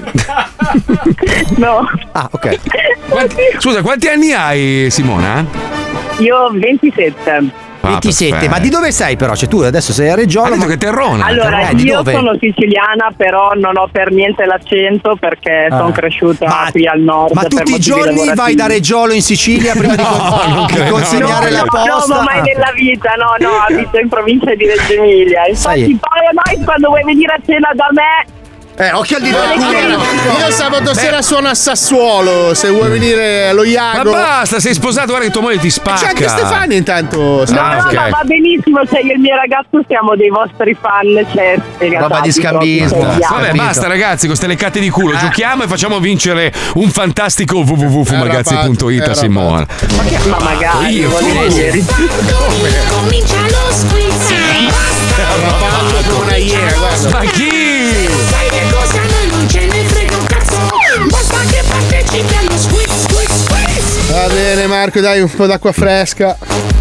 No. Ah, ok. Quanti- scusa, quanti anni hai, Simona? Io ventisette. Ah, ventisette, perfetto. ma di dove sei però? Cioè tu adesso sei a Reggio. Ha detto che è terrona. Allora, Eh, di io dove? sono siciliana, però non ho per niente l'accento perché Ah. sono cresciuta Ma- qui al nord. Ma per tutti i motivi giorni vai lavorativi. da Reggiolo in Sicilia prima di, con- di credo, consegnare no, la no, posta? No, mai Ah. nella vita, no, no, abito in provincia di Reggio Emilia. Infatti, Sai- poi noi quando vuoi venire a cena da me, Eh, occhio al dito del culo. Io sabato sera suono a Sassuolo. Se vuoi venire allo Ma Iago. basta, sei sposato, guarda che tua moglie ti spacca. C'è anche Stefania intanto. no, Ah, no, ok. ma va benissimo, cioè io e il mio ragazzo siamo dei vostri fan, cioè, Roba di scambismo. Vabbè, Capito. basta ragazzi, con queste leccate di culo. Giochiamo e facciamo vincere un fantastico w w w punto fumagazzi punto it a Simona. Ma magari, Io, voglio tu. vedere. Comincia lo squiz. Basta come una iena, guarda. Ma chi? Sai che cosa a noi non ce ne frega un cazzo. Basta che partecipi allo squiz, squiz, squiz. Va bene, Marco, dai un po' d'acqua fresca.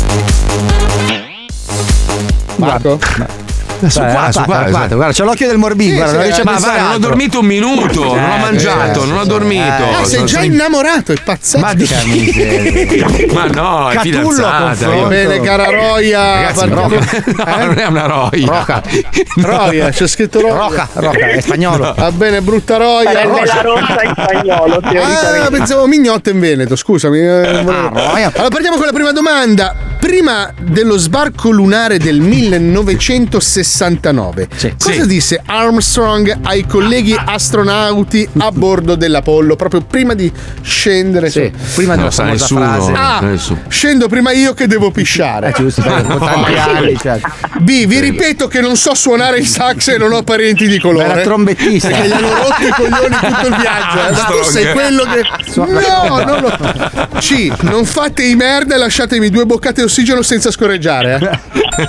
Marco? Su Guarda, qua, su guarda, qua. guarda, guarda, c'ho l'occhio del morbino, Sì, guarda, sì, non riesce a Ma pensare va, non ho altro. dormito un minuto, non ho Eh, mangiato, eh, non ho sì, dormito. Ah, sei Sono- già sono- innamorato, è pazzesco. Ma, di... ma no, è Catullo fidanzata. confronto. io- Bene, cara Roia. Ragazzi, partiamo- Roca. No, non è una roia. Roca. Roia, c'è scritto Roia. Roca, Roca, è spagnolo. Va bene, brutta Roia. Sarebbe la rossa in spagnolo, Ah, teoricamente. pensavo Mignotta in Veneto, scusami. eh, volevo- Roia. Allora partiamo con la prima domanda. Prima dello sbarco lunare del millenovecentosessantanove, cosa Sì. disse Armstrong ai colleghi astronauti a bordo dell'Apollo? Proprio prima di scendere Sì, su. prima Non della lo sa famosa nessuno. frase. A. Nessuno. Scendo prima io che devo pisciare. Eh, giusto, perché con tanti anni, cioè. B. Vi ripeto che non so suonare il sax e non ho parenti di colore. Era trombettista. Perché gli hanno rotto i coglioni tutto il viaggio. eh. Ma tu sei quello che. No, non lo. C. Non fate i merda e lasciatemi due boccate di ossigeno senza scorreggiare. Eh.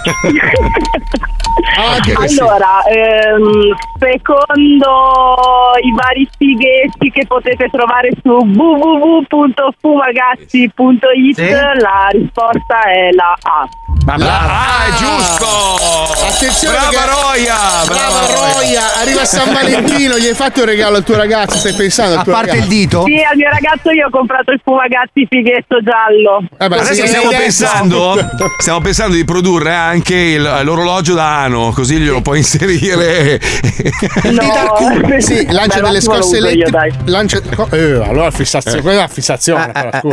Anche così. Allora, ehm, secondo i vari fighetti che potete trovare su w w w punto fumagazzi punto it, Sì. la risposta è la A. La A è giusto! Attenzione Brava che- Roia! Brava Roia, arriva San Valentino, gli hai fatto un regalo al tuo ragazzo, stai pensando al A tuo parte il ragazzo? dito? Sì, al mio ragazzo io ho comprato il fumagazzi fighetto giallo. Eh beh, Adesso sì, stiamo hai detto. pensando, stiamo pensando di produrre anche il- l'orologio da ano, così glielo puoi inserire. No, Sì, lancia Beh, delle l'attimo lo scosse uso io, elettriche. dai. Lancia. Eh, allora fissazione, quella è una fissazione, però, scusa.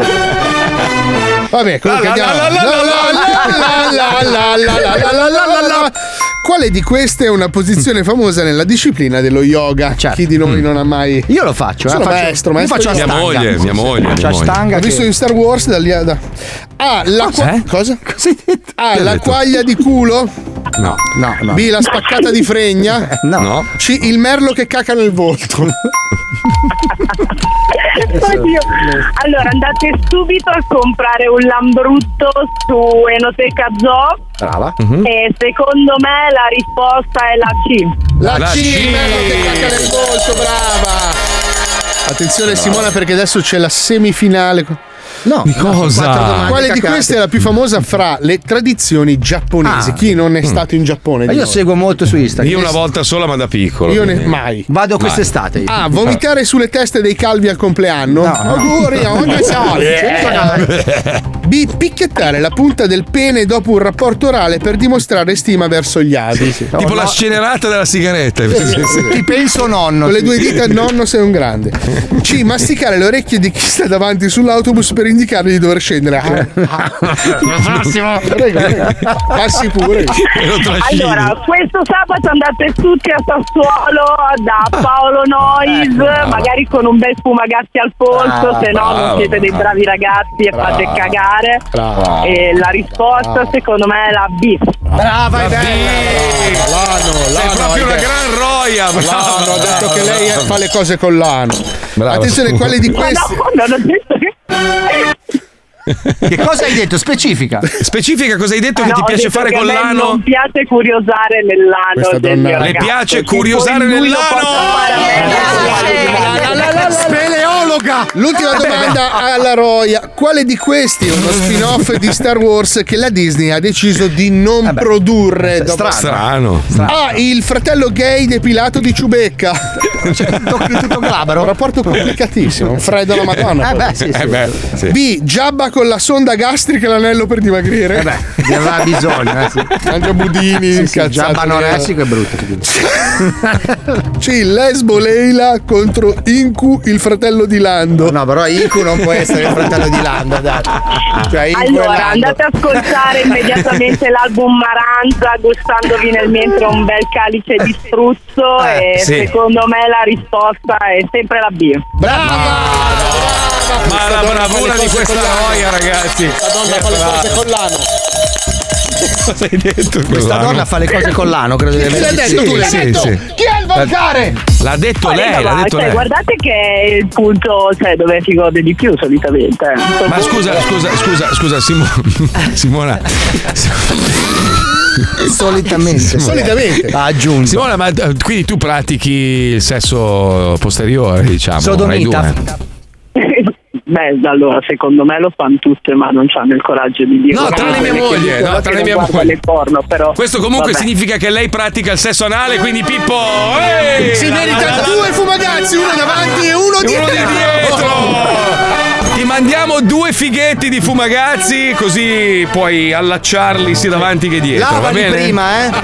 Vabbè, comunque La, la, andiamo. la, la, la, La, la, la, la, la, la, la, la, la, la, la. quale di queste è una posizione famosa nella disciplina dello yoga? Chi di noi non ha mai. Io lo faccio, eh. Sono faccio, maestro, io maestro faccio yoga. la Mia stanga. moglie, mia moglie, mia C'ha moglie. stanga Ho visto che- in Star Wars da lì a. Da... Ah, la qua- cosa? A, la quaglia di culo. No. No, no. B, la spaccata di fregna. No. No. C, il merlo che caca nel volto. Oddio. Allora andate subito a comprare un lambrutto su Enoteca Zoo. Brava. E secondo me la risposta è la C. La, La C, C. il merlo che caca nel volto, brava. Attenzione Simona perché adesso c'è la semifinale. No. Di cosa? Quale di queste è la più famosa fra le tradizioni giapponesi? Ah. Chi non è stato in Giappone? Ma di io noi? seguo molto su Instagram. Io una volta sola, ma da piccolo. Io ne quindi- mai. Vado quest'estate. io. Ah, vomitare sulle teste dei calvi al compleanno? No, no. Auguri, ogni solito. B, picchiettare la punta del pene dopo un rapporto orale per dimostrare stima verso gli avi. Tipo la scenerata della sigaretta. Ti penso nonno. Con le sì. due dita nonno sei un grande. C, masticare le orecchie di chi sta davanti sull'autobus per indicargli di dover scendere. Massimo. Prego, prego. Passi pure. Allora, questo sabato andate tutti a Sassuolo da Paolo Nois, magari con un bel fumagazzi al polso, Brava, se no brava, non siete dei brava. bravi ragazzi e Brava. fate cagare. Brava. E la risposta Brava. secondo me è la B. Brava, è bella. L'ano, Sei l'ano, proprio hai una detto. gran roia. brava. L'ano, ho detto che lei Brava. fa le cose con l'ano. Brava, Attenzione, scusa. quale di Ma questi? no, non ho detto che... Che cosa hai detto? Specifica. Specifica cosa hai detto che No, ti ho piace detto fare che a con me l'ano? Non piace curiosare nell'ano Questa del donna- mio Le ragazzo, piace che curiosare poi lui lo nell'ano? possa fare a me. Speleologa! L'ultima domanda alla Roia. Quale di questi è uno spin-off di Star Wars che la Disney ha deciso di non produrre? dopo- Strano. Ah, il fratello gay depilato di Ciubecca. Tocchi tutto glabro. Un rapporto complicatissimo, un freddo alla madonna. Eh beh, sì, sì. Eh beh, sì. B, Giabba con la sonda gastrica e l'anello per dimagrire. Eh beh, ne aveva bisogno, eh, sì. Mangia budini, Sì, sì, già incazzato. anoressico è brutto. C, Lesbo Leila contro Inku, il fratello di Lando. No, però Iku non può essere il fratello di Lando, dai. Cioè, Iku e Allora, Lando. andate ad ascoltare immediatamente l'album Maranza, gustandovi nel mentre un bel calice di struzzo Eh, e sì. secondo me la risposta è sempre la B. Ma la bravura di questa roia, ragazzi. La donna fa le cose con l'ano. Cosa hai detto? Questa donna fa le cose con l'ano, credo di Chi l'ha aver detto? Tu l'hai sì, detto? sì. Chi è il volgare? L'ha detto Poi, lei, no, l'ha ma, detto cioè, lei. guardate che è il punto, cioè, dove si gode di più solitamente. Ma scusa, scusa, scusa, scusa, Simona. Simona. Solitamente. Solitamente. Ha aggiunto. Simona, ma eh, quindi tu pratichi il sesso posteriore, diciamo. Sodomita. Rai due. Beh, allora, secondo me lo fanno tutte, ma non hanno il coraggio di dirlo. No, tranne mia moglie, no, tranne mia moglie. Le porno, però. Questo comunque vabbè. significa che lei pratica il sesso anale, quindi Pippo. ehi! Si La- merita la- la- due fumagazzi, uno davanti e uno Uno di dietro. dietro. Ti mandiamo due fighetti di fumagazzi, così puoi allacciarli sia davanti che dietro. va Lavali bene? prima, eh.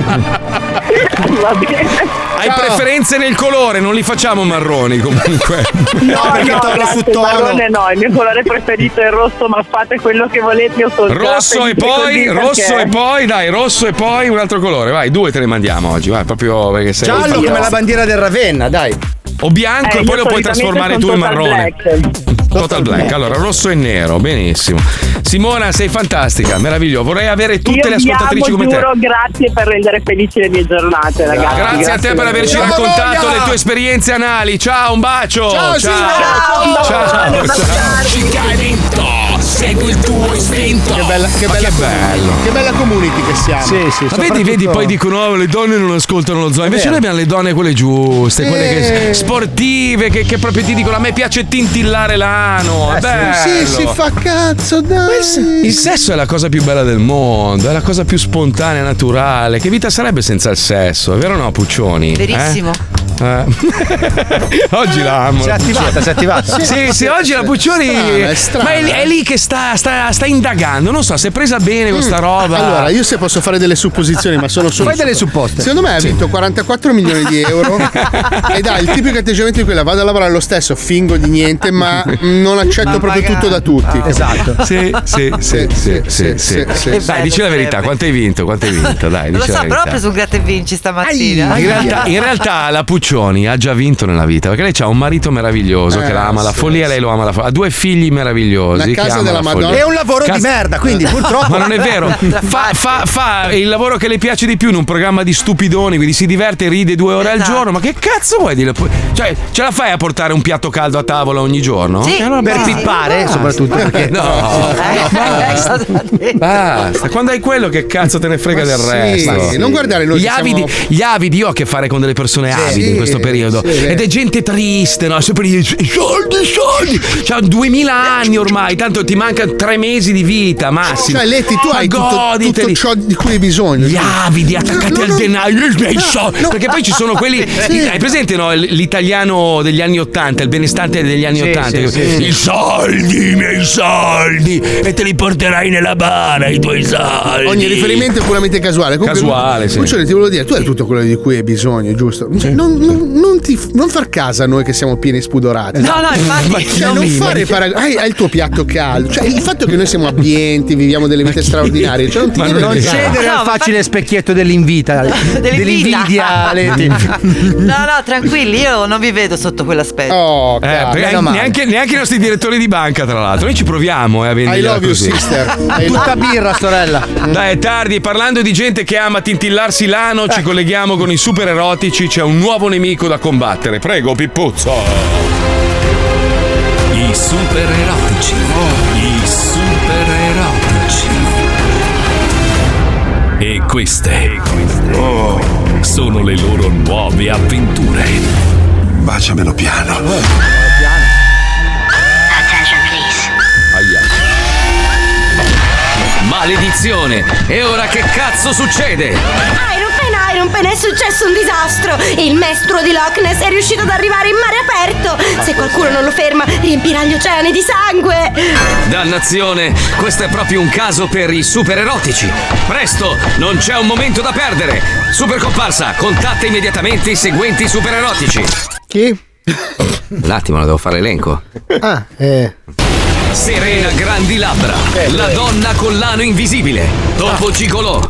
Va bene. Hai Ciao. preferenze nel colore, non li facciamo marroni comunque. No, perché no, tono grazie, su tono. marrone no, il mio colore preferito è il rosso, ma fate quello che volete, io sono già Rosso e felice poi, così rosso perché- e poi, dai, rosso e poi un altro colore. Vai, due te ne mandiamo oggi, vai, proprio perché sei. Giallo Io- come la bandiera del Ravenna, dai. O bianco Eh, e poi io lo puoi solitamente trasformare sono tu in total marrone. black. Total black, allora rosso e nero, benissimo. Simona, sei fantastica, meraviglioso. Vorrei avere tutte Io le vi ascoltatrici amo, come te. giuro, grazie per rendere felici le mie giornate, ragazzi. Grazie a te per averci Ciao, raccontato Moga! le tue esperienze anali. Ciao, un bacio. Ciao, ciao. Simona! Ciao, ciao. Che hai vinto, segui il tuo istinto. Che bella, che Ma bella che community. bello. Che bella community che siamo. Sì, sì. Ma vedi, vedi, poi dicono oh, le donne non ascoltano lo zoo. Invece vero. noi abbiamo le donne quelle giuste, quelle che Eh. sportive, che, che proprio ti dicono a me piace tintillare l'ano. È Eh, sì. bello. Sì, si fa cazzo, dai. Il sesso è la cosa più bella del mondo, è la cosa più spontanea, naturale. Che vita sarebbe senza il sesso? È vero o no, Puccioni? Verissimo. Eh? Eh. Oggi la amo. Si è attivata, si è attivata. Sì, sì, oggi la Puccioni. Strana, è strana. Ma è, lì- è lì che sta, sta, sta indagando. Non so, si è presa bene con sta roba. Allora, io se posso fare delle supposizioni, ma sono solo. Fai delle supposte. Secondo me ha vinto quarantaquattro milioni di euro ed ha il tipico atteggiamento di quella: vado a lavorare lo stesso, fingo di niente, ma non accetto Ma proprio magari. tutto da tutti. Esatto. Sì, sì, sì, sì, sì, sì. sì, Dai, dici la verità, quanto hai vinto? Quanto hai vinto? Dai, Non lo dici so, la però ho verità. preso un gratta e vinci stamattina. In realtà, in realtà la Puccioni ha già vinto nella vita perché lei ha un marito meraviglioso Eh, che la ama la sì, follia, lei lo ama la follia. Ha due figli meravigliosi. La che casa ama della la Madonna. follia. È un lavoro di merda, quindi purtroppo. Ma non è vero. Fa, fa- fa il lavoro che le piace di più in un programma di stupidoni, quindi si diverte e ride due ore al Esatto. giorno. Ma che cazzo vuoi dire? Cioè, ce la fai a portare un piatto caldo a tavola ogni giorno? Sì. E allora Per basta. pippare, Basta. soprattutto perché. No, Basta. basta. Quando hai quello, che cazzo te ne frega del sì, resto? non guardare noi Gli che avidi, siamo- gli avidi, io ho a che fare con delle persone avide in questo periodo. sì, Ed è gente triste, no? Sempre i soldi, soldi. C'ha duemila anni ormai, tanto ti mancano tre mesi di vita, massimo. Cioè, Letti, tu Ma hai tutto, tutto goditeli. ciò di cui hai bisogno. Gli avidi attaccati No, al no, denaro, i miei no, soldi. no. Perché poi ci sono quelli. Sì. Hai presente, no? L'italiano degli anni Ottanta, il benestante degli anni Sì, Ottanta. sì, sì, sì. I soldi, i miei soldi. E te li porterai nella bara, i tuoi soldi. Ogni riferimento è puramente casuale. Comunque, Casuale, sì. Puccioni, ti volevo dire, tu hai tutto quello di cui hai bisogno, giusto? Non, non- non ti, non far caso a noi che siamo pieni spudorati. No, no, infatti. Cioè, non fare parag- hai, hai il tuo piatto caldo. Cioè, il fatto che noi siamo abbienti, viviamo delle vite straordinarie. Cioè, non ti Ma deve non Non Esatto. cedere No, al ma facile specchietto dell'invita, dell'invidia. Leti. No, no, tranquilli, io non vi vedo sotto quell'aspetto. Oh, Eh, cazzo. perché meno male. neanche, neanche i nostri direttori di banca, tra l'altro. Noi ci proviamo eh, a I vendergliela love you, così. sister. I Tutta birra, sorella. Dai, è tardi. Parlando di gente che ama tintillarsi l'ano, ci colleghiamo con i super erotici. C'è un nuovo nemico da combattere. Prego, Pippuzzo. I super erotici. I super erotici. E queste sono le loro nuove avventure. Baciamelo piano. Maledizione! E ora che cazzo succede? Iron Pen, Iron Pen, è successo un disastro! Il maestro di Loch Ness è riuscito ad arrivare in mare aperto! Se qualcuno non lo ferma, riempirà gli oceani di sangue! Dannazione! Questo è proprio un caso per i super erotici! Presto! Non c'è un momento da perdere! Super comparsa, contatta immediatamente i seguenti super erotici! Chi? Un attimo, lo devo fare elenco. Ah, eh. Serena Grandi Labbra, la donna con l'ano invisibile, Topo Gigolò.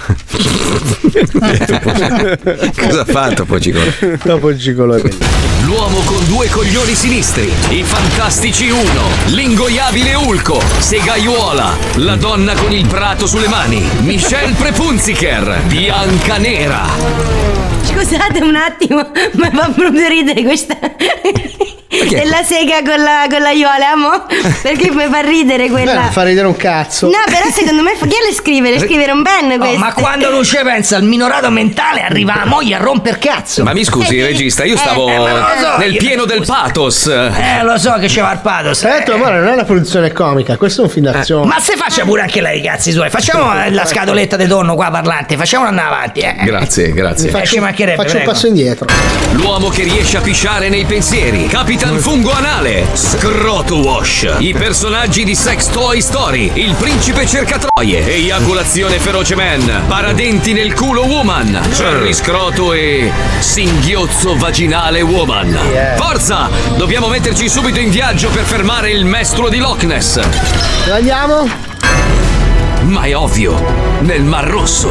Cosa ha fatto Topo Gigolò? Dopo il gigolo è bello. L'uomo con due coglioni sinistri, i fantastici uno, l'ingoiabile Ulco, Segaiuola, la donna con il prato sulle mani, Michelle Prepunziker, Bianca Nera. Scusate un attimo, ma fa proprio ridere questa. Della sega con la, con l'aiuola, amo? Perché mi fa ridere quella. Eh, fa ridere un cazzo. No, però secondo me chi le scrive? Le scrive un ben queste. Oh, ma quando non ci pensa al minorato mentale arriva la moglie a romper cazzo. Ma mi scusi, regista, io stavo Eh, ma non lo so, nel io- pieno del pathos. Eh, lo so che c'è il pathos. Tra l'altro, amore, non è una produzione comica, questo è un film d'azione. Ma se faccia pure anche lei i cazzi suoi, facciamo eh, la scatoletta di tonno qua parlante, facciamo andare avanti, eh. Grazie, grazie. Mi ci mancherebbe, Faccio un prego. passo indietro. L'uomo che riesce a pisciare nei pensieri, Capitan Fungo Anale, Scroto Wash, i personaggi di Sex Toy Story, il principe cercatroie, eiaculazione feroce man, paradenti nel culo woman, Cherry Scroto e singhiozzo vaginale woman. Forza! Dobbiamo metterci subito in viaggio per fermare il maestro di Loch Ness. Dove andiamo? Ma è ovvio, nel Mar Rosso.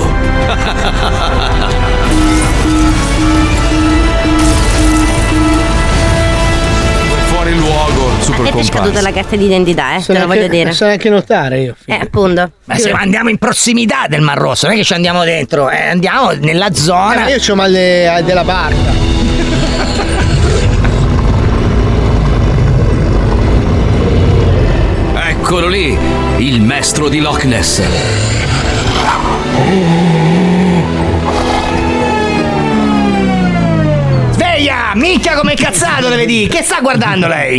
Fuori luogo, super E ti è scaduta comparsa. la carta d'identità, eh? So Te lo voglio neanche, dire. so neanche notare io. Eh, appunto. Ma se andiamo in prossimità del Mar Rosso, non è che ci andiamo dentro, eh, andiamo nella Eh, zona. ma io c'ho male eh, della barca. Eccolo lì, il maestro di Loch Ness. Sveglia! Minchia come incazzato deve dire! Che sta guardando lei?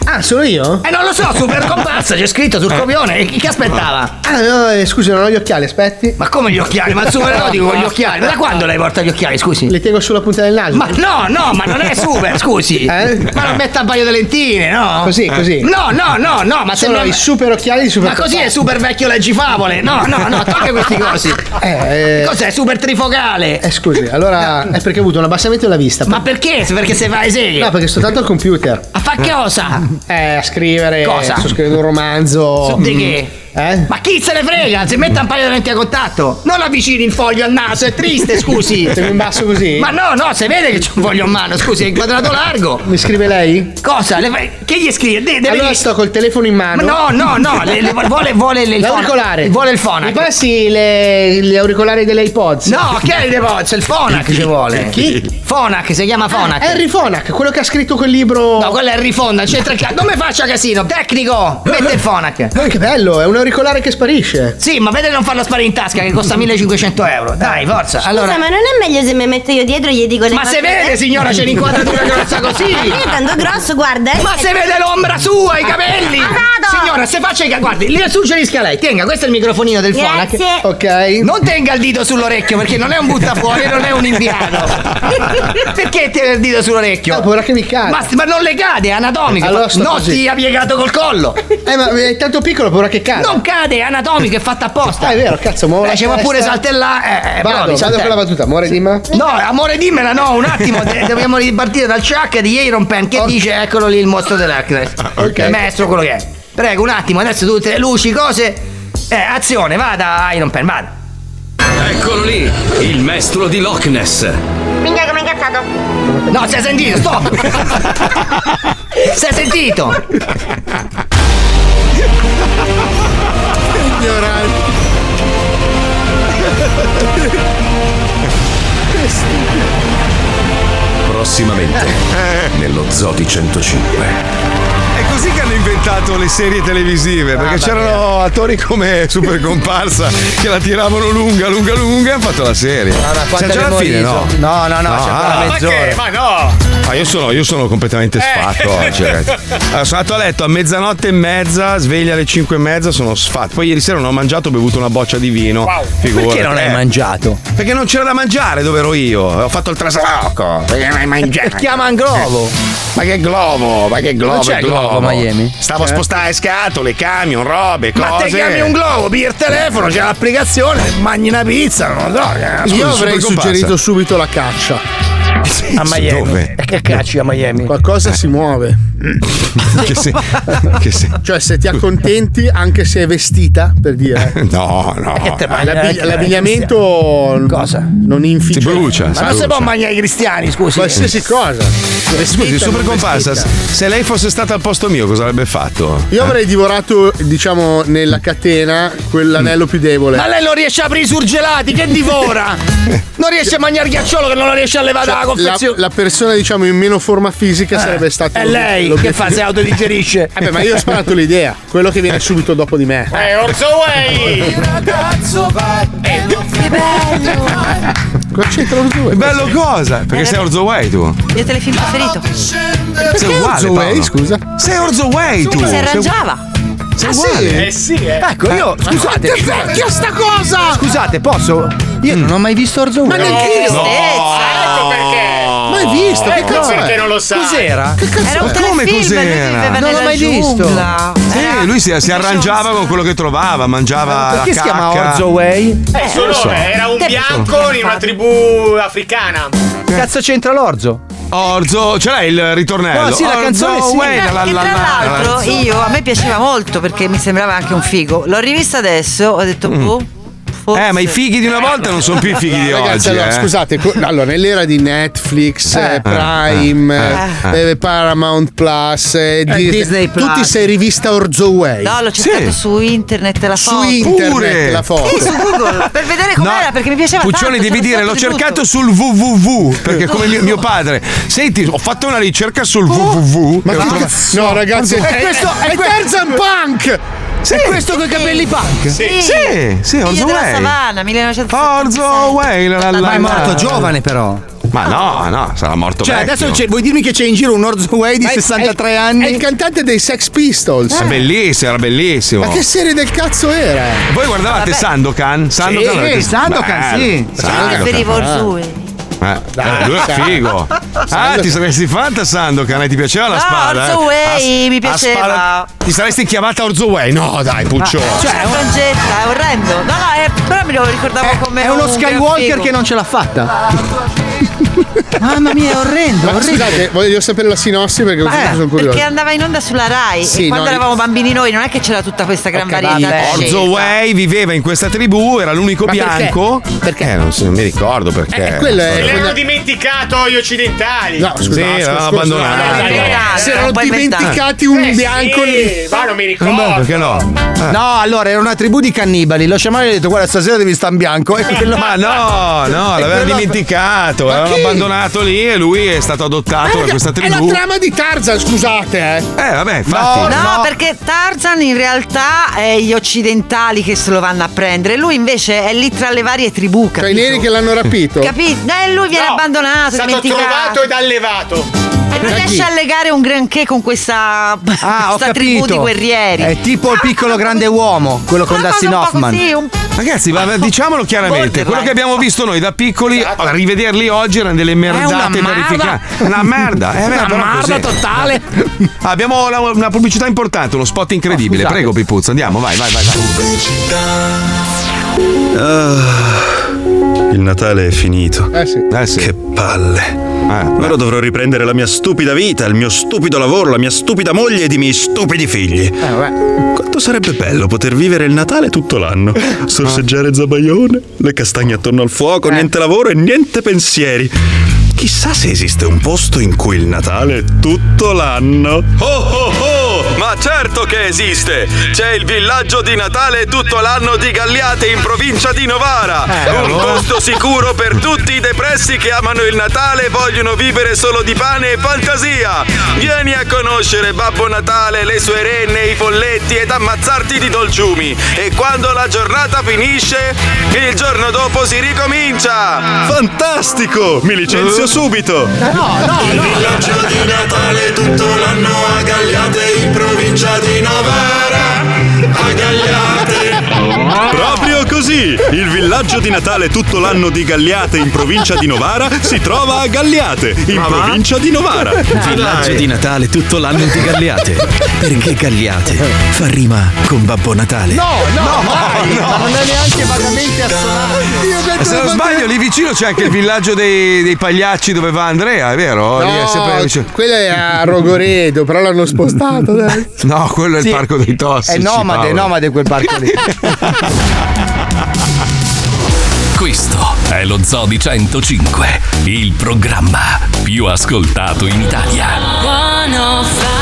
Ah, sono io? Eh, non lo so, super comparsa, c'è scritto sul copione. E chi che aspettava? Ah, no, eh, scusi, non ho gli occhiali, aspetti. Ma come gli occhiali? Ma il super erotico con gli occhiali? Ma da quando lei porta gli occhiali, scusi? Li tengo sulla punta del naso. Ma no, no, ma non è super, scusi. Eh? Ma non metta un paio di lentine, no? Così, così. No, no, no, no, ma sono sembra... i super occhiali di super. Ma così è super vecchio leggifavole. No, no, no, toglie questi cosi. Eh, eh. Cos'è? Super trifocale. Eh, scusi, allora è perché ho avuto un abbassamento della vista. Ma perché? Perché se vai seghe? No, perché sto tanto al computer. A fa cosa? Eh, a scrivere. Cosa? Sto scrivendo un romanzo. Su di che? Eh? Ma chi se ne frega? Si metta un paio di lenti a contatto. Non avvicini il foglio al naso, è triste, scusi. Tengo in basso così? Ma no, no, si vede che c'è un foglio in mano, scusi, è inquadrato largo. Mi scrive lei? Cosa? Le fai... Che gli scrive? De- deve... Allora sto col telefono in mano. Ma no, no, no, le, le, vuole, vuole le, il l'auricolare. Vuole il Phonak. Mi passi le, gli auricolari delle iPods? No, che è l'AirPods? Il Phonak ci vuole. Chi? Phonak, si chiama Phonak. Ah, Harry Phonak, quello che ha scritto quel libro. No, quello è Harry Fonda, c'entra il cazzo. Non mi faccia casino, tecnico. Mette il Phonak. Ma che bello, è un auricolare che sparisce. Sì, ma vede di non farlo sparire in tasca che costa millecinquecento euro. Dai, forza. Allora... Scusa, ma non è meglio se mi metto io dietro e gli dico le Ma cose? se vede, signora, c'è l'inquadratura grossa così. Ma io tanto grosso, guarda. Eh. Ma se vede l'ombra sua, i capelli. Vado. Signora, se faccia i capelli. Guardi, le suggerisca lei. Tenga, questo è il microfonino del Phonak. Grazie. Ok. Non tenga il dito sull'orecchio perché non è un buttafuori, non è un indiano. Perché tiene il dito sull'orecchio? Ah, paura che mi cade. Ma, ma non le cade, è anatomico. Allora sto non così. ti ha piegato col collo. Eh, ma è tanto piccolo, paura che cade. Non cade, è anatomico, è fatta apposta. Ah, è vero, cazzo, muovo la Eh, ci va testa. pure saltellare. Eh, Vado, provi, vado saltella. con la battuta, amore dimma. No, amore dimmela, no, un attimo, de- dobbiamo ripartire dal Chuck di Iron Pen che Okay. dice eccolo lì il mostro dell'Arkness. ok. Il maestro quello che è. Prego, un attimo, adesso tutte le luci, cose. Eh, azione, vada Iron Pen, vada. Eccolo lì, il maestro di Loch Ness. Minchia come incazzato. No, si è sentito, stop! Si è sentito! Ignorante. Prossimamente, nello Zoo di centocinque. È così che hanno inventato le serie televisive, perché c'erano attori come Super Comparsa che la tiravano lunga, lunga, lunga e hanno fatto la serie. C'è già la fine, no? No, no, no, c'è ancora ah. mezz'ora. Ma che? Ma no! Ah, io sono, io sono completamente sfatto oggi, ragazzi. Allora, sono andato a letto a mezzanotte e mezza, sveglia alle cinque e mezza, sono sfatto. Poi ieri sera non ho mangiato, ho bevuto una boccia di vino. Wow. Figurati. Perché non hai Eh, mangiato? Perché non c'era da mangiare dove ero io. Ho fatto il trasloco. Perché non hai mangiato? Chiama un globo. Ma che globo? Ma che globo? Non c'è è globo a Miami? Stavo a spostare scatole, camion, robe, cose. Ma te chiami un globo, pigli il telefono, c'è l'applicazione, mangi una pizza, non lo so. Scusi, Io avrei Super Comparsa. suggerito subito la caccia. A Miami. Dove? E che cacci a Miami? Qualcosa si muove. Che se, che se... Cioè, se ti accontenti, anche se è vestita, per dire. No, no. Che te mangi? L'abbi- l'abbigliamento Cosa? non inficia. Si brucia. Ma si non si brucia. può mangiare i cristiani, scusi. Qualsiasi cosa. Scusi, Vestita, Super non Comparsa, vestita. se lei fosse stata al posto mio, cosa avrebbe fatto? Io avrei divorato, diciamo, nella catena quell'anello più debole. Ma lei non riesce a aprire i surgelati, che divora? Non riesce a mangiare ghiacciolo che non lo riesce a levare dalla La, confezione. la persona, diciamo, in meno forma fisica sarebbe stato. È lei che l'obiettivo. fa, si autodigerisce. Eh beh, ma io ho sparato l'idea, quello che viene subito dopo di me. Eh, Orzo Way! Ragazzo va e non che bello. Cosa c'entra lo due? Bello cosa? Perché sei Orzo Way tu? Mio telefilm preferito. Sei uguale, Orzo Way, Paolo. scusa? Sei Orzo Way tu. Si Sei- arrangiava. Sei Ah, uguale. Eh sì, eh. Ecco, io, scusate. Che vecchia sta cosa! Scusate, posso? Io non ho mai visto Orzo Ma Way. neanche io! Ecco perché. Mai visto? Che Ecco cazzo perché è? non lo sai. Cos'era? Era un Ma come telefilm, lui cos'era? viveva Non l'ho nella mai visto. giungla. Sì, lui si, si arrangiava con quello che trovava, mangiava Perché la si chiama cacca. Orzo Way? Eh, suo lo so. nome era un Te- bianco in una tribù africana. Che cazzo c'entra l'orzo? Orzo, ce l'hai il ritornello? No, sì, la canzone Orzo sì. Way, Che la, la, tra la, la. l'altro io a me piaceva molto perché mi sembrava anche un figo. L'ho rivista adesso, ho detto boh. forse- Eh, ma i fighi di una volta non sono più i fighi di Ragazzi, oggi. allora, eh. scusate, co- allora, nell'era di Netflix, Eh. eh, Prime, Eh. eh, eh, Paramount Plus, eh, Disney, Disney tu Plus. ti sei rivista Orzo Way. No, l'ho cercato su internet la Su foto. internet Pure. la foto. Sì, su Google per vedere com'era perché mi piaceva Puccioni, tanto. devi c'era dire, un l'ho sacco di cercato brutto. sul www, perché come mio, mio padre. Senti, ho fatto una ricerca sul www. Ma e ho che trovato- cazzo? No, ragazzi, è, questo- è, è questo- Tarzan Punk! È questo con i capelli punk? Sì. Sì, sì, Figlio Orzo della Way. savana, millenovecentosettantasei. Orzo Way, la, la, la, Ma è la. morto giovane però. Ma no, no, sarà morto Cioè, vecchio. adesso c'è- vuoi dirmi che c'è in giro un Orzo Way di Ma è- sessantatré è- anni? È il cantante dei Sex Pistols. È bellissimo, era bellissimo. Ma che serie del cazzo era? Voi guardavate Vabbè. Sandokan? Sandokan Sì, avete- Sandokan, Bello. sì. Sandokan. Preferivo Orzui. Eh, Dai, lui è Sandokan. figo. Ah, Sandokan. ti saresti fatta Sandokan e ti piaceva la No, spada? Orzo eh? Way, A- mi a piaceva. spada- Ti saresti chiamata Orzo Way? No, dai, Puccio. Cioè, è una frangetta, è orrendo. No, no, è, però me lo ricordavo come È uno un gran Skywalker figo. che non ce l'ha fatta. Mamma mia, è orrendo, Ma orrendo. scusate, voglio sapere la sinossi perché così sono curioso. Perché andava in onda sulla Rai Sì, e quando no, eravamo bambini noi non è che c'era tutta questa gran varietà di Orzo scelta. Way viveva in questa tribù, era l'unico Ma perché? bianco. Perché? Eh, non, so, non mi ricordo perché. Eh, quello è- Se Storia- l'hanno dimenticato gli occidentali. No, scusa, Sì, scusa, l'avevano scusa, abbandonato. no, dai, dai, Inventato, si erano un po' inventato. dimenticati un Eh, bianco sì, lì. ma non mi ricordo. Vabbè, perché no? Eh. No, allora era una tribù di cannibali. Lo sciamano gli ha detto: guarda, stasera devi stare in bianco. E quello- Ma no, no, E l'avevano quello- dimenticato, Ma l'avevano chi? abbandonato lì e lui è stato adottato da questa È la tribù. trama di Tarzan, scusate, eh. Eh, vabbè, infatti. No, No. perché Tarzan in realtà è gli occidentali che se lo vanno a prendere. Lui invece è lì tra le varie tribù. Cioè i neri che l'hanno rapito. Capito? Eh, lui viene No, abbandonato, è stato dimenticato. trovato ed allevato. E non Da riesce chi? a legare un granché con questa, Ah, ho questa tribù capito. di guerrieri. È tipo il piccolo grande uomo, quello con Una Dustin cosa un po' Hoffman. così, un- Ragazzi, ma diciamolo chiaramente, Borderline. quello che abbiamo visto noi da piccoli, a rivederli oggi erano delle merdate merda. terrificanti. Una merda, è vero, Una però merda così. totale. Abbiamo una, una pubblicità importante, uno spot incredibile. scusate. Prego, Pipuzzo, andiamo, vai, vai, vai. vai. Ah, il Natale è finito. Eh sì. Eh sì. Che palle. Eh, Ora dovrò riprendere la mia stupida vita, il mio stupido lavoro, la mia stupida moglie ed i miei stupidi figli. Quanto sarebbe bello poter vivere il Natale tutto l'anno. Sorseggiare zabaione, le castagne attorno al fuoco, niente lavoro e niente pensieri. Chissà se esiste un posto in cui il Natale è tutto l'anno. Oh oh oh! Ma certo che esiste! C'è il villaggio di Natale tutto l'anno di Galliate in provincia di Novara! Eh, Un allora? posto sicuro per tutti i depressi che amano il Natale e vogliono vivere solo di pane e fantasia! Vieni a conoscere Babbo Natale, le sue renne, i folletti ed ammazzarti di dolciumi! E quando la giornata finisce, il giorno dopo si ricomincia! Fantastico! Mi licenzio subito! Il villaggio di Natale tutto l'anno a Gagliate in provincia di Novara. A Gagliate. Proprio così! Il villaggio di Natale tutto l'anno di Galliate in provincia di Novara si trova a Galliate, in Ma va? provincia di Novara. Villaggio di Natale tutto l'anno di Galliate. Perché Galliate fa rima con Babbo Natale. No, no, mai. Ma non è neanche vagamente assonante. E se non sbaglio, lì vicino c'è anche il villaggio dei, dei pagliacci dove va Andrea, è vero? Lì è sempre vicino. No, quello è a Rogoredo, però l'hanno spostato adesso. No, quello è Sì. il parco dei tossici. È nomade, Paolo. nomade quel parco lì. Questo è lo Zoo di centocinque, il programma più ascoltato in Italia.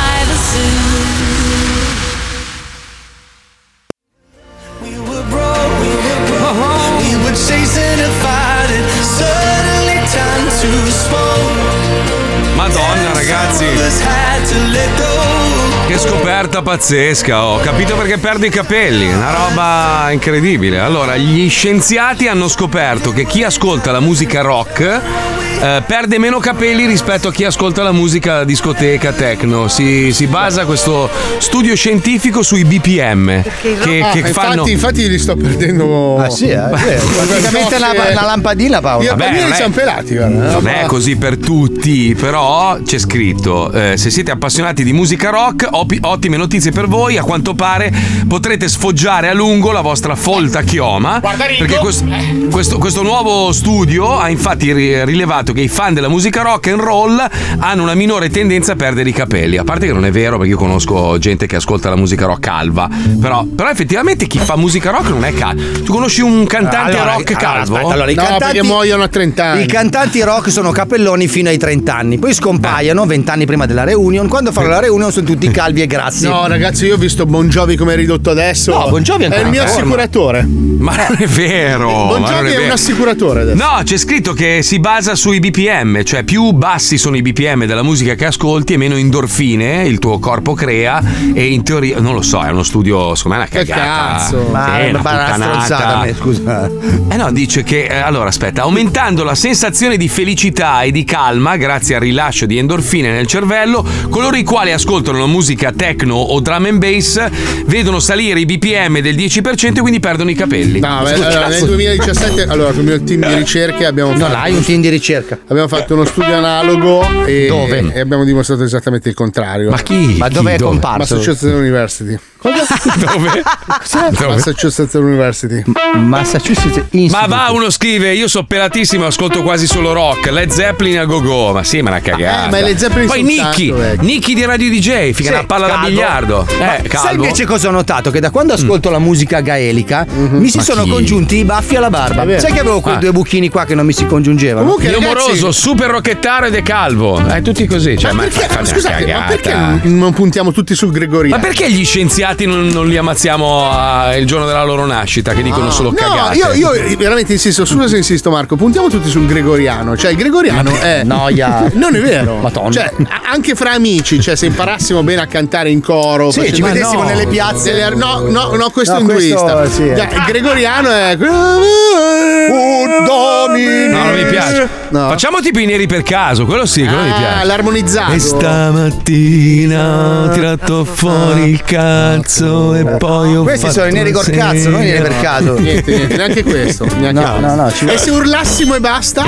We were chasing a fire that suddenly turned to smoke. Madonna, ragazzi. Had to let go. Che scoperta pazzesca, ho capito perché perdo i capelli, una roba incredibile. Allora, gli scienziati hanno scoperto che chi ascolta la musica rock eh, perde meno capelli rispetto a chi ascolta la musica discoteca, techno. Si, si basa questo studio scientifico sui B P M che, Ah, che infatti, fanno... infatti li sto perdendo. Ah, sì, eh, sì. Praticamente una, una lampadina, Paolo. I Vabbè, capelli non è- sono pelati, guarda. Non è così per tutti, però c'è scritto: eh, se siete appassionati di musica rock, opi- ottime notizie per voi. A quanto pare potrete sfoggiare a lungo la vostra folta chioma. Guarda, Rico. Perché questo, questo, questo nuovo studio ha infatti ri- rilevato che i fan della musica rock and roll hanno una minore tendenza a perdere i capelli. A parte che non è vero, perché io conosco gente che ascolta la musica rock calva. Però, però effettivamente chi fa musica rock non è calvo. Tu conosci un cantante Allora, rock allora, calvo? aspetta, allora, i No, cantanti- perché muoiono a trenta anni. I cantanti rock sono capelloni fino ai trenta anni, poi scompaiono venti anni prima della reunion. Quando fanno la reunion sono tutti calvi e grassi. No, ragazzi, io ho visto Bon Jovi come è ridotto adesso. No, Bon Jovi è è ancora il mio in forma. assicuratore. Ma non è vero. Bon ma non Jovi è, vero. un assicuratore adesso. No, c'è scritto che si basa sui B P M, cioè più bassi sono i B P M della musica che ascolti e meno endorfine il tuo corpo crea, e in teoria, non lo so, è uno studio, secondo me è una Che cagata. cazzo? Sì, Ma una è una puttanata. stronzata, a me, scusa. Eh no, dice che, eh, allora aspetta, aumentando la sensazione di felicità e di calma grazie al rilascio di endorfine nel cervello, coloro i quali ascoltano la musica techno o drum and bass vedono salire i B P M del dieci per cento e quindi perdono i capelli. No, beh, allora, nel duemiladiciassette, allora, con il mio team di ricerche abbiamo fatto. Non hai un team di ricerca. Abbiamo fatto uno studio analogo e, Dove? e abbiamo dimostrato esattamente il contrario. Ma chi? Ma dove Chi? è comparso? Massachusetts University. Dove? Dove? Massachusetts University. Massachusetts Ma va, uno scrive: io sono pelatissimo, ascolto quasi solo rock. Led Zeppelin a go-go. Ma sì, ma è una cagata. Eh, ma i Led Zeppelin Poi sono Nicky, tanto vecchi. Nicky di Radio D J, figa Sì, una palla da calvo. biliardo. Ma Eh, sai calvo. invece cosa ho notato? Che da quando ascolto la musica gaelica mi si Ma sono chi? congiunti i baffi alla barba. È vero. Sai che avevo quei Ah. due buchini qua che non mi si congiungevano? Comunque, Io ragazzi, moroso, super rocchettaro ed è calvo. Eh, tutti così. Cioè, ma ma perché, fate una scusate, ma cagata. perché non, non puntiamo tutti sul Gregoriano? Ma perché gli scienziati non, non li ammazziamo a- il giorno della loro nascita? Che dicono solo No, cagate. io, io veramente insisto, scusa se insisto Marco, puntiamo tutti sul Gregoriano. Cioè il Gregoriano è Noia. Non è vero. Madonna. Cioè, a- anche fra amici, cioè se imparassimo bene a cantare in coro, Sì, facendo- ci vedessimo no, nelle piazze. delle- no, no, no, questo No, è induista. questo, sì, eh. Già, il Gregoriano è No, non mi piace. No. Facciamo tipo i neri per caso, quello sì, quello mi Ah, piace. l'armonizzato. E stamattina ho tirato fuori il cazzo e poi ho Questi fatto sono i neri col cazzo, non i neri per caso. Niente, niente, neanche questo. Neanche No, questo. no, no, ci E vuole- se urlassimo e basta?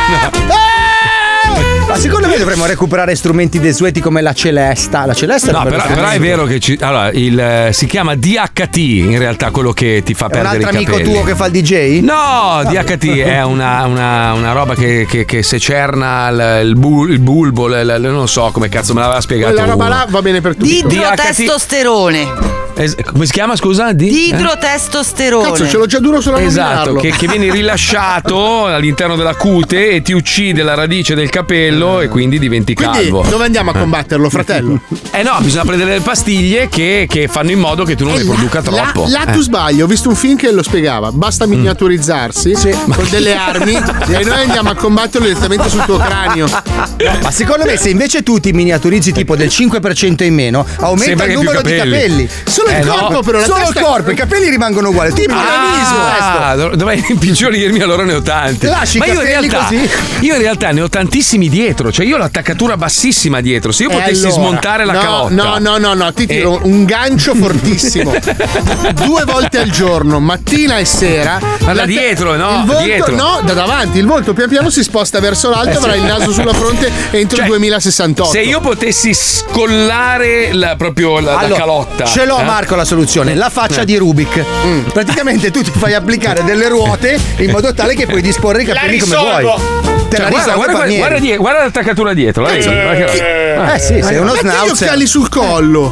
Ma secondo me dovremmo recuperare strumenti desueti come la celesta. La celesta No, è però, però è vero che ci, allora, il, eh, si chiama D H T in realtà quello che ti fa È un perdere i altro capelli. amico tuo che fa il D J? No, D H T è una, una, una roba che, che, che secerna il, il, bul- il bulbo, l- l- non so come cazzo me l'aveva spiegato. Quella roba uno. là va bene per tutti. Idrotestosterone. Es- come si chiama, scusa? Di, eh? Idrotestosterone. Cazzo, ce l'ho già duro solo a Esatto, nominarlo. che, che viene rilasciato all'interno della cute e ti uccide la radice del capello e quindi diventi Quindi calvo. dove andiamo a combatterlo, fratello? Eh no, bisogna prendere delle pastiglie che, che fanno in modo che tu non ne produca troppo. Là, là tu Eh. sbagli, ho visto un film che lo spiegava. Basta miniaturizzarsi con delle armi e noi andiamo a combatterlo direttamente sul tuo cranio. Ma secondo me se invece tu ti miniaturizzi tipo del cinque per cento in meno, aumenta Sembra il che hai più numero di capelli. capelli. Solo Eh, il no. corpo, però la Solo testa il corpo, i capelli rimangono uguali. Tipo Ah, dov- dovrei impicciolirmi, allora ne ho tanti. Lasci i Ma io in, capelli realtà, così. io in realtà ne ho tantissimi dietro. Cioè, io ho l'attaccatura bassissima dietro. Se io E potessi allora? smontare la no, calotta. No, no, no, no, ti tiro un gancio fortissimo. Due volte al giorno, mattina e sera. Ma da La te- dietro, no? Il volto, Dietro. no, da davanti. Il volto pian piano si sposta verso l'alto, Eh, sì. avrà il naso sulla fronte entro Cioè, il duemilasessantotto. Se io potessi scollare la, proprio la, la Allora, calotta. ce l'ho eh? Marco la soluzione, la faccia Eh. di Rubik. Praticamente tu ti fai applicare delle ruote in modo tale che puoi disporre i La capelli come risolvo. vuoi. Te Cioè, la guarda, risolve guarda, guarda, Palmieri. guarda, die- guarda l'attaccatura dietro. La vedi? Guarda che- Ah. Eh sì, sei uno Metti gli schnauzer. occhiali sul collo.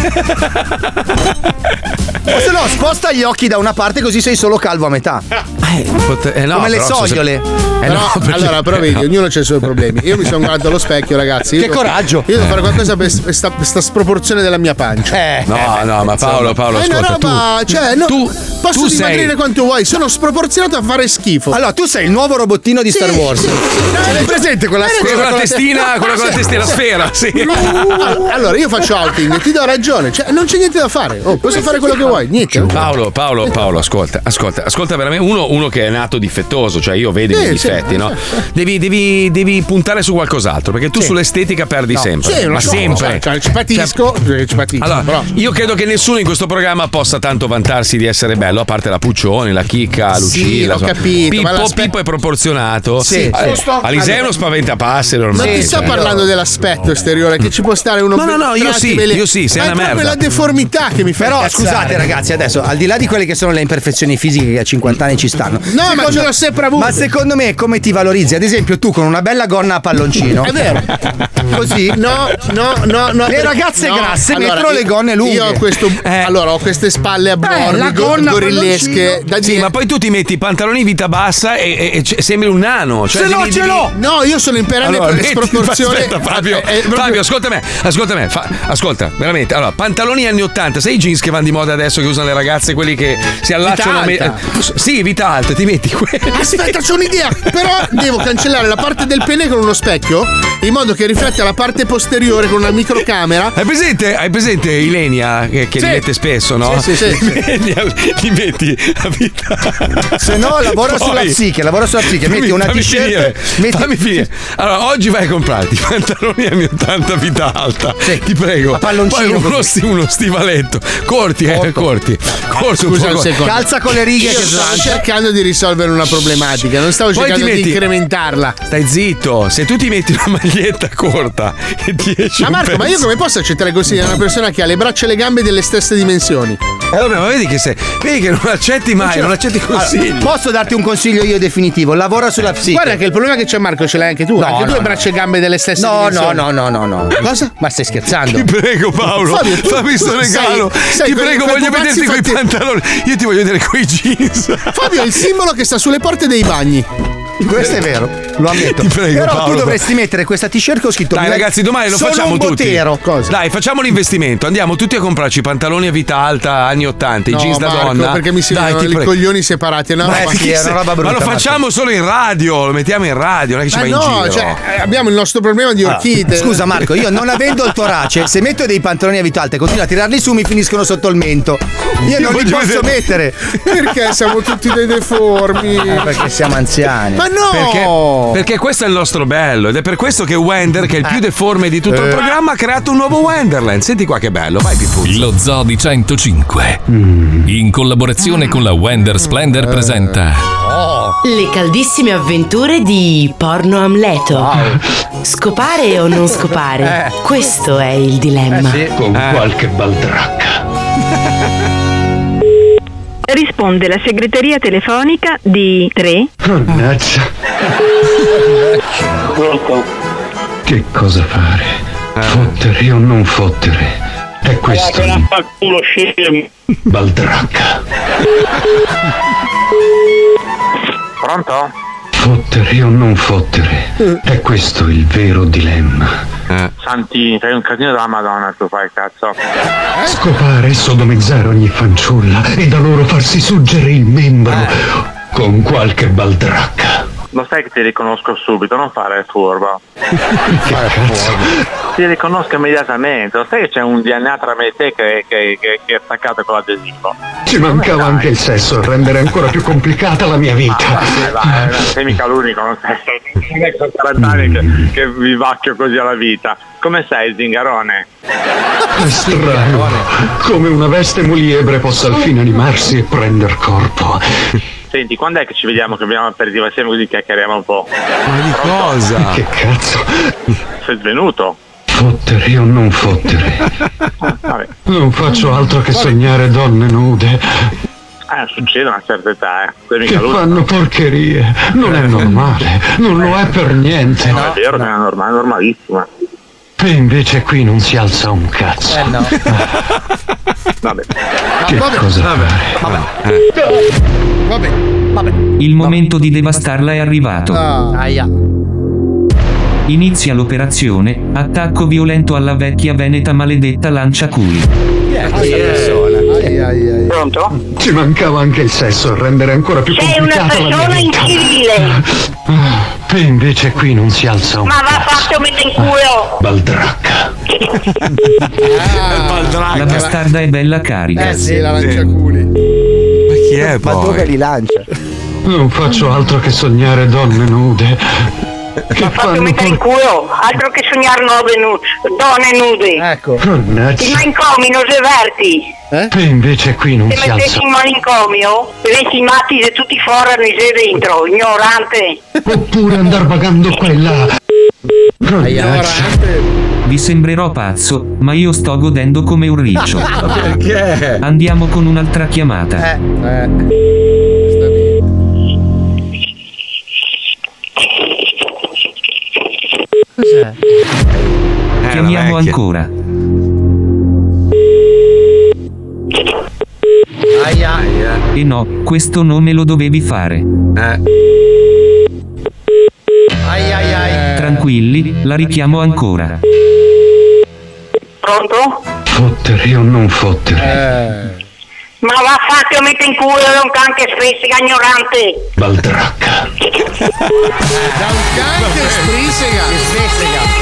O se no, sposta gli occhi da una parte così sei solo calvo a metà. Eh, pote- eh, no, Come le però se- sogliole. Eh, Però, no, perché- allora, però vedi, no. ognuno ha i suoi problemi. Io mi sono guardato allo specchio, ragazzi. Io Che devo- coraggio. Io devo fare qualcosa per questa, questa sproporzione della mia pancia. Eh, No, no, ma Paolo, Paolo, è una ascolta, roba, tu, cioè, no, tu, posso tu dimagrire sei, quanto vuoi, sono sproporzionato a fare schifo. Allora, tu sei il nuovo robottino di Star Wars. Hai presente quella quello con la quella- testina, quello con la testina sfera, sì. Allora, io faccio outing, ti do ragione, cioè, non c'è niente da fare. Oh, posso fare quello che vuoi, niente. Paolo, Paolo, Paolo, ascolta, ascolta, ascolta veramente uno, uno che è nato difettoso, cioè io vedo i Sì, miei sì, difetti, no? sì. Devi, devi, devi puntare su qualcos'altro, perché tu Sì. sull'estetica perdi No. sempre. Sì, lo ma so, sempre. cioè, ci patisco, ci patisco, Allora, però. io credo che nessuno in questo programma possa tanto vantarsi di essere bello, a parte la Puccioni, la Chicca, Sì, Lucilla. ho insomma. capito, ma Pippo, l'aspe- Pippo è proporzionato. Sì, Eh, giusto. Alisei è uno spaventapasseri ormai. Non ti cioè. sto parlando dell'aspetto esteriore, che ci può stare uno No, no, no, io tratti sì, belli- io sì, sei ma una è proprio merda. la deformità che mi fa Però incazzare. scusate ragazzi, adesso al di là di quelle che sono le imperfezioni fisiche che a cinquanta anni ci stanno. No, ma ce l'ho sempre avuto. Ma secondo me come ti valorizzi? Ad esempio tu con una bella gonna a palloncino. È vero. Così? No, no, no, no. Le ragazze No, grasse allora, mettono le io- gonne lunghe. Io ho questo. Eh. Allora, ho queste spalle a la bordi, go- gonna gorillesche. palloncino. Da Sì, dire- ma poi tu ti metti i pantaloni vita bassa e, e- e c- sembri un nano. Cioè, Se no Io ce l'ho! No, io sono in perenne Allora, per metti- sproporzione. aspetta, Fabio, Eh, eh, proprio- Fabio, ascolta me, ascolta me, fa- ascolta, veramente. Allora, pantaloni anni ottanta, sai i jeans che vanno di moda adesso che usano le ragazze, quelli che si allacciano Vita a me- Sì, vita alta, ti metti quelli. Aspetta, c'ho un'idea! Però devo cancellare la parte del pene con uno specchio in modo che rifletta la parte posteriore con una microcamera. Hai presente, hai presente Ilenia che, che Sì. li mette spesso, no? Sì, sì, sì, Li, li metti a vita. Se no, lavora Poi- sulla psiche, lavora sulla psiche, metti Fammi- una fammi t-shirt. finire, metti- fammi finire. Allora, oggi vai a comprarti i pantaloni anni ottanta vita alta. Ti prego. A palloncino Poi uno, così. sti- uno stivaletto. Corti, eh, corti. Corti Scusa po' un corti. secondo. Calza con le righe Io che stavo slancia. cercando di risolvere una problematica, non stavo Poi cercando ti di metti- incrementarla. Stai zitto, se tu ti metti una maglietta corta e ti esce Ma un Marco, ma io pezzo- come posso accettare così da una persona che ha le braccia e le gambe delle stesse dimensioni? Eh vabbè, ma vedi che sei. Vedi che non accetti mai, non accetti consigli. Allora, posso darti un consiglio io definitivo? Lavora sulla psiche. Guarda che il problema che c'è Marco ce l'hai anche tu. No, anche tu no, hai braccia e gambe delle stesse No, no, dimensioni. no, no, no, no. Cosa? Ma stai scherzando? Ti prego Paolo, Fabio, tu- fammi sto tu regalo. sei- sei ti quei- prego, quei voglio pupazzi vederti coi fatti- pantaloni. Io ti voglio vedere coi jeans. Fabio è il simbolo che sta sulle porte dei bagni. Questo è vero, lo ammetto. Ti prego, Però Paolo, tu dovresti mettere questa t-shirt che ho scritto. Dai "Mi- ragazzi, domani lo sono facciamo un tutti. botero". Dai, facciamo l'investimento. Andiamo tutti a comprarci i pantaloni a vita alta anni ottanta, i No, jeans da Marco, donna. perché mi si Dai, vedono ti i prego. coglioni separati. È una Ma, roba- chi sei? Ma lo facciamo solo in radio, lo mettiamo in radio, non è che ci Ma vai in no, giro. cioè, eh, abbiamo il nostro problema di Allora, orchidee. scusa Marco, io non avendo il torace, se metto dei pantaloni a vita alta e continuo a tirarli su mi finiscono sotto il mento. Io, Io non li voglio posso vedere- mettere. Perché siamo tutti dei deformi? Eh, perché siamo anziani. Ma no! Perché, perché questo è il nostro bello ed è per questo che Wender, che è il più deforme di tutto il Eh. programma, ha creato un nuovo Wonderland. Senti qua che bello, vai Pipuzzo. Lo Zoo di centocinque, in collaborazione con la Wender Splendor, presenta Le caldissime avventure di Porno Amleto. Scopare o non scopare? Questo è il dilemma. Con qualche baldracca. Risponde la segreteria telefonica di tre. Mannaggia. Che cosa fare? Fottere o non fottere? È questo il culo scemo. baldracca. Pronto? Fottere o non fottere? È questo il vero dilemma. Santi, fai un casino della Madonna, tu fai cazzo. Scopare e sodomizzare ogni fanciulla e da loro farsi suggere il membro con qualche baldracca. Lo sai che ti riconosco subito, non fare il furbo. Che cazzo? Ti riconosco immediatamente, lo sai che c'è un D N A tra me e te che, che, che, che è attaccato con l'adesivo. Ci mancava anche il sesso a rendere ancora più complicata la mia vita. Vai, vai, non sei mica l'unico, non sei. Non è che sono quaranta anni che, che vivacchio così alla vita. Come sei, zingarone? È strano come una veste muliebre possa al fine animarsi e prender corpo. Senti, quando è che ci vediamo che abbiamo aperitivo assieme così chiacchieriamo un po'? Ma di cosa? Che cazzo? Sei svenuto? Fottere o non fottere? Vabbè. Non faccio altro che sognare donne nude Eh, succede a una certa età, eh. Sei che mica l'unico. fanno porcherie. Non è normale, non lo è per niente. No, è vero che è normale, è normalissima. E invece qui non si alza un cazzo. Eh no. Vabbè. Che cosa fare? Vabbè. Vabbè. Il momento di devastarla è arrivato. Aia. Inizia l'operazione, attacco violento alla vecchia veneta maledetta lanciaculi. Pronto? Ci mancava anche il sesso a rendere ancora più Sei una complicata la mia persona vita. incivile. E invece qui non si alza un Ma va fatto mettere in culo. baldracca. La bastarda è bella carica. Eh sì, la lanciaculi. Ma chi è Ma poi? dove li lancia? Non faccio altro che sognare donne nude che Va fatto fanno mettere in por- culo. Altro che sognare nuove nu- donne nude. Ecco. Ti Mannaggia. mancomio, severti. E invece qui non Se si mettessi alza. in manicomio, vedessi i matti di tutti i forani sei dentro, ignorante. Oppure andar vagando qua e là. Mannaggia. Vi sembrerò pazzo, ma io sto godendo come un riccio. Perché? Andiamo con un'altra chiamata. Cos'è? Chiamiamo vecchia. ancora. Aia. E no, questo non me lo dovevi fare. Eh. Tranquilli, la richiamo ancora. Pronto? Fottere o non fottere? Ma va fatti o mette in culo da un can che sprizzica ignorante. Baldracca. Da un can che sprizzica.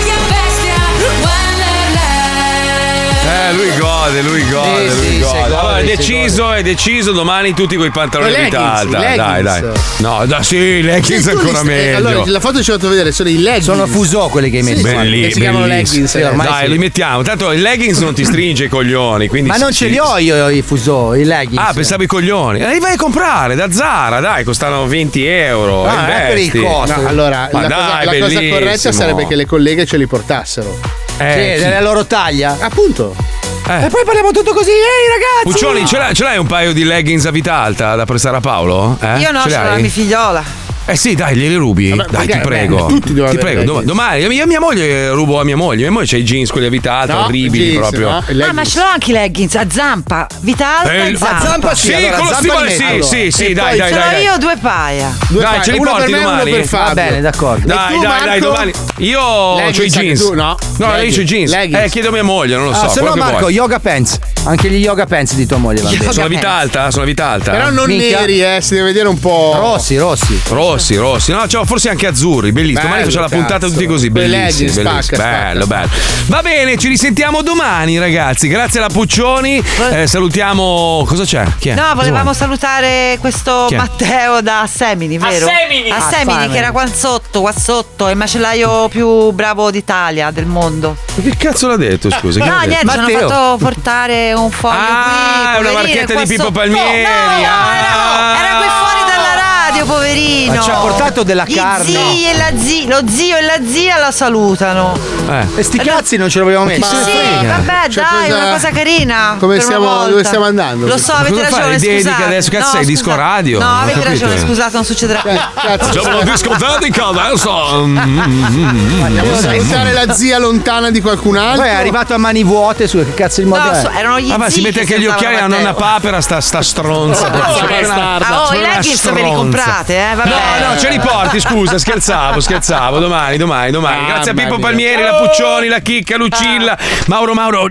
Eh, lui gode, lui gode, Sì, lui sì, gode. sì, Allora, gode, è sì, deciso, è deciso domani tutti coi pantaloni I di vita leggings, alta. i Dai, dai. leggings. No, da sì, i leggings Sì, tu ancora li- eh, meglio. Allora, la foto ci ho fatto vedere, sono i leggings. Sono fuso quelli che hai messo. Belli, che si chiamano bellissimi. leggings, eh, ormai Dai, sì. li mettiamo. Tanto il leggings non ti stringe i coglioni. Quindi Ma non sì, ce li ho io i fuso, i leggings. Ah, pensavo i coglioni. Eh, li vai a comprare da Zara, dai, costano venti euro. Ah, non è per il investi. costo. No, allora, Ma la, dai, cosa, la cosa bellissimo. corretta sarebbe che le colleghe ce li portassero. Eh, Sì, chi- della loro taglia. Appunto. Eh. E poi parliamo tutto così, ehi ragazzi! Puccioni, ce l'hai, ce l'hai un paio di leggings a vita alta da prestare a Paolo? Eh? Io no, Ce li ce l'ho la hai? mia figliola. Eh sì, dai, glieli rubi. Vabbè, dai, perché? ti prego. Beh, tutti devono ti avere prego. leggings. Domani, mia, mia moglie rubo a mia moglie. Mia moglie c'ha i jeans, quelli a vita alta, No, orribili jeans, proprio. no, i Ah, leggings. ma ce l'ho anche i leggings a zampa. Vita alta Eh, e il- zampa. a zampa sì, Sì, allora, con lo zampa stivale, li sì, metto. sì, sì, E dai, poi dai, Ce l'ho dai. dai. io due paia. Due Dai, pa- ce li uno porti per me e uno domani? per Va Fabio. bene, d'accordo. Dai, tu, dai, dai, Marco? domani. Io ho i Leggings anche jeans. tu, no? No, io ho i Leggings. jeans. Leggings. Eh, chiedo a mia moglie, non lo so. Ah, se quello no che Marco, vuoi. yoga pants. Anche gli yoga pants di tua moglie vanno bene. Sono a vita alta, sono a vita alta. Però non Minchia. neri, eh, si deve vedere un po'. Rossi, rossi. Rossi, rossi, no, cioè, forse anche azzurri, bellissimo. Domani Bello, facciamo la puntata cazzo. tutti così, Quei bellissimo, leggings, bellissimo. spacca, spacca. bello, bello. Va bene, ci risentiamo domani, ragazzi. Grazie alla Puccioni. Eh, salutiamo. Cosa c'è? Chi è? No, Cosa volevamo vuoi? salutare questo Chi è? Matteo da Semini, vero? Semini! A Ah, Semini, fame. che era qua sotto, qua sotto, il macellaio più bravo d'Italia, del mondo. Che cazzo l'ha detto, scusa? Chi No, l'ha detto? niente, ci hanno Matteo. fatto portare un foglio Ah, qui. è una poverino, marchetta qua di Pippo sotto. Palmieri. No, no, era, era qui fuori dalla radio, poverino. Ma ci ha portato della Gli carne. zii e la zi- lo zio e la zia la salutano. Eh. E sti cazzi non ce l'abbiamo messi. Ma- Sì, frega. vabbè, Cioè, dai, cosa- una cosa carina. Come per una stiamo- volta. dove stiamo andando? Lo so, Ma avete cosa fai? ragione, Le dediche scusate. adesso? Cazzo No, sei, disco scusate. radio? No, Non ho avete capito. ragione, scusate, non succederà. Cazzo, Siamo discoteca adesso. Mm, mm, mm, andiamo a salutare la zia lontana di qualcun altro. Poi è arrivato a mani vuote su che cazzo di modo No, è? so, erano gli Ah, ma zii si mette che anche gli salutavano occhiali alla Matteo. nonna papera, sta, sta stronza. Ah, oh, i Una leggings ve li stronza. comprate, eh, vabbè. No, no, ce li porti, scusa, scherzavo, scherzavo. Domani, domani, domani. Ah, Grazie a Pippo mamma mia. Palmieri, la Puccioni, la Chicca, Lucilla, Mauro Mauro.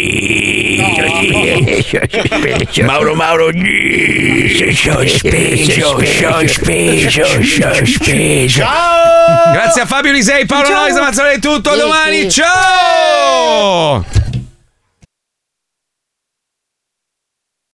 Mauro Mauro. Grazie a Fabio Lisei, Paolo Noisa, Mazzarelli, tutto. A domani, ciao!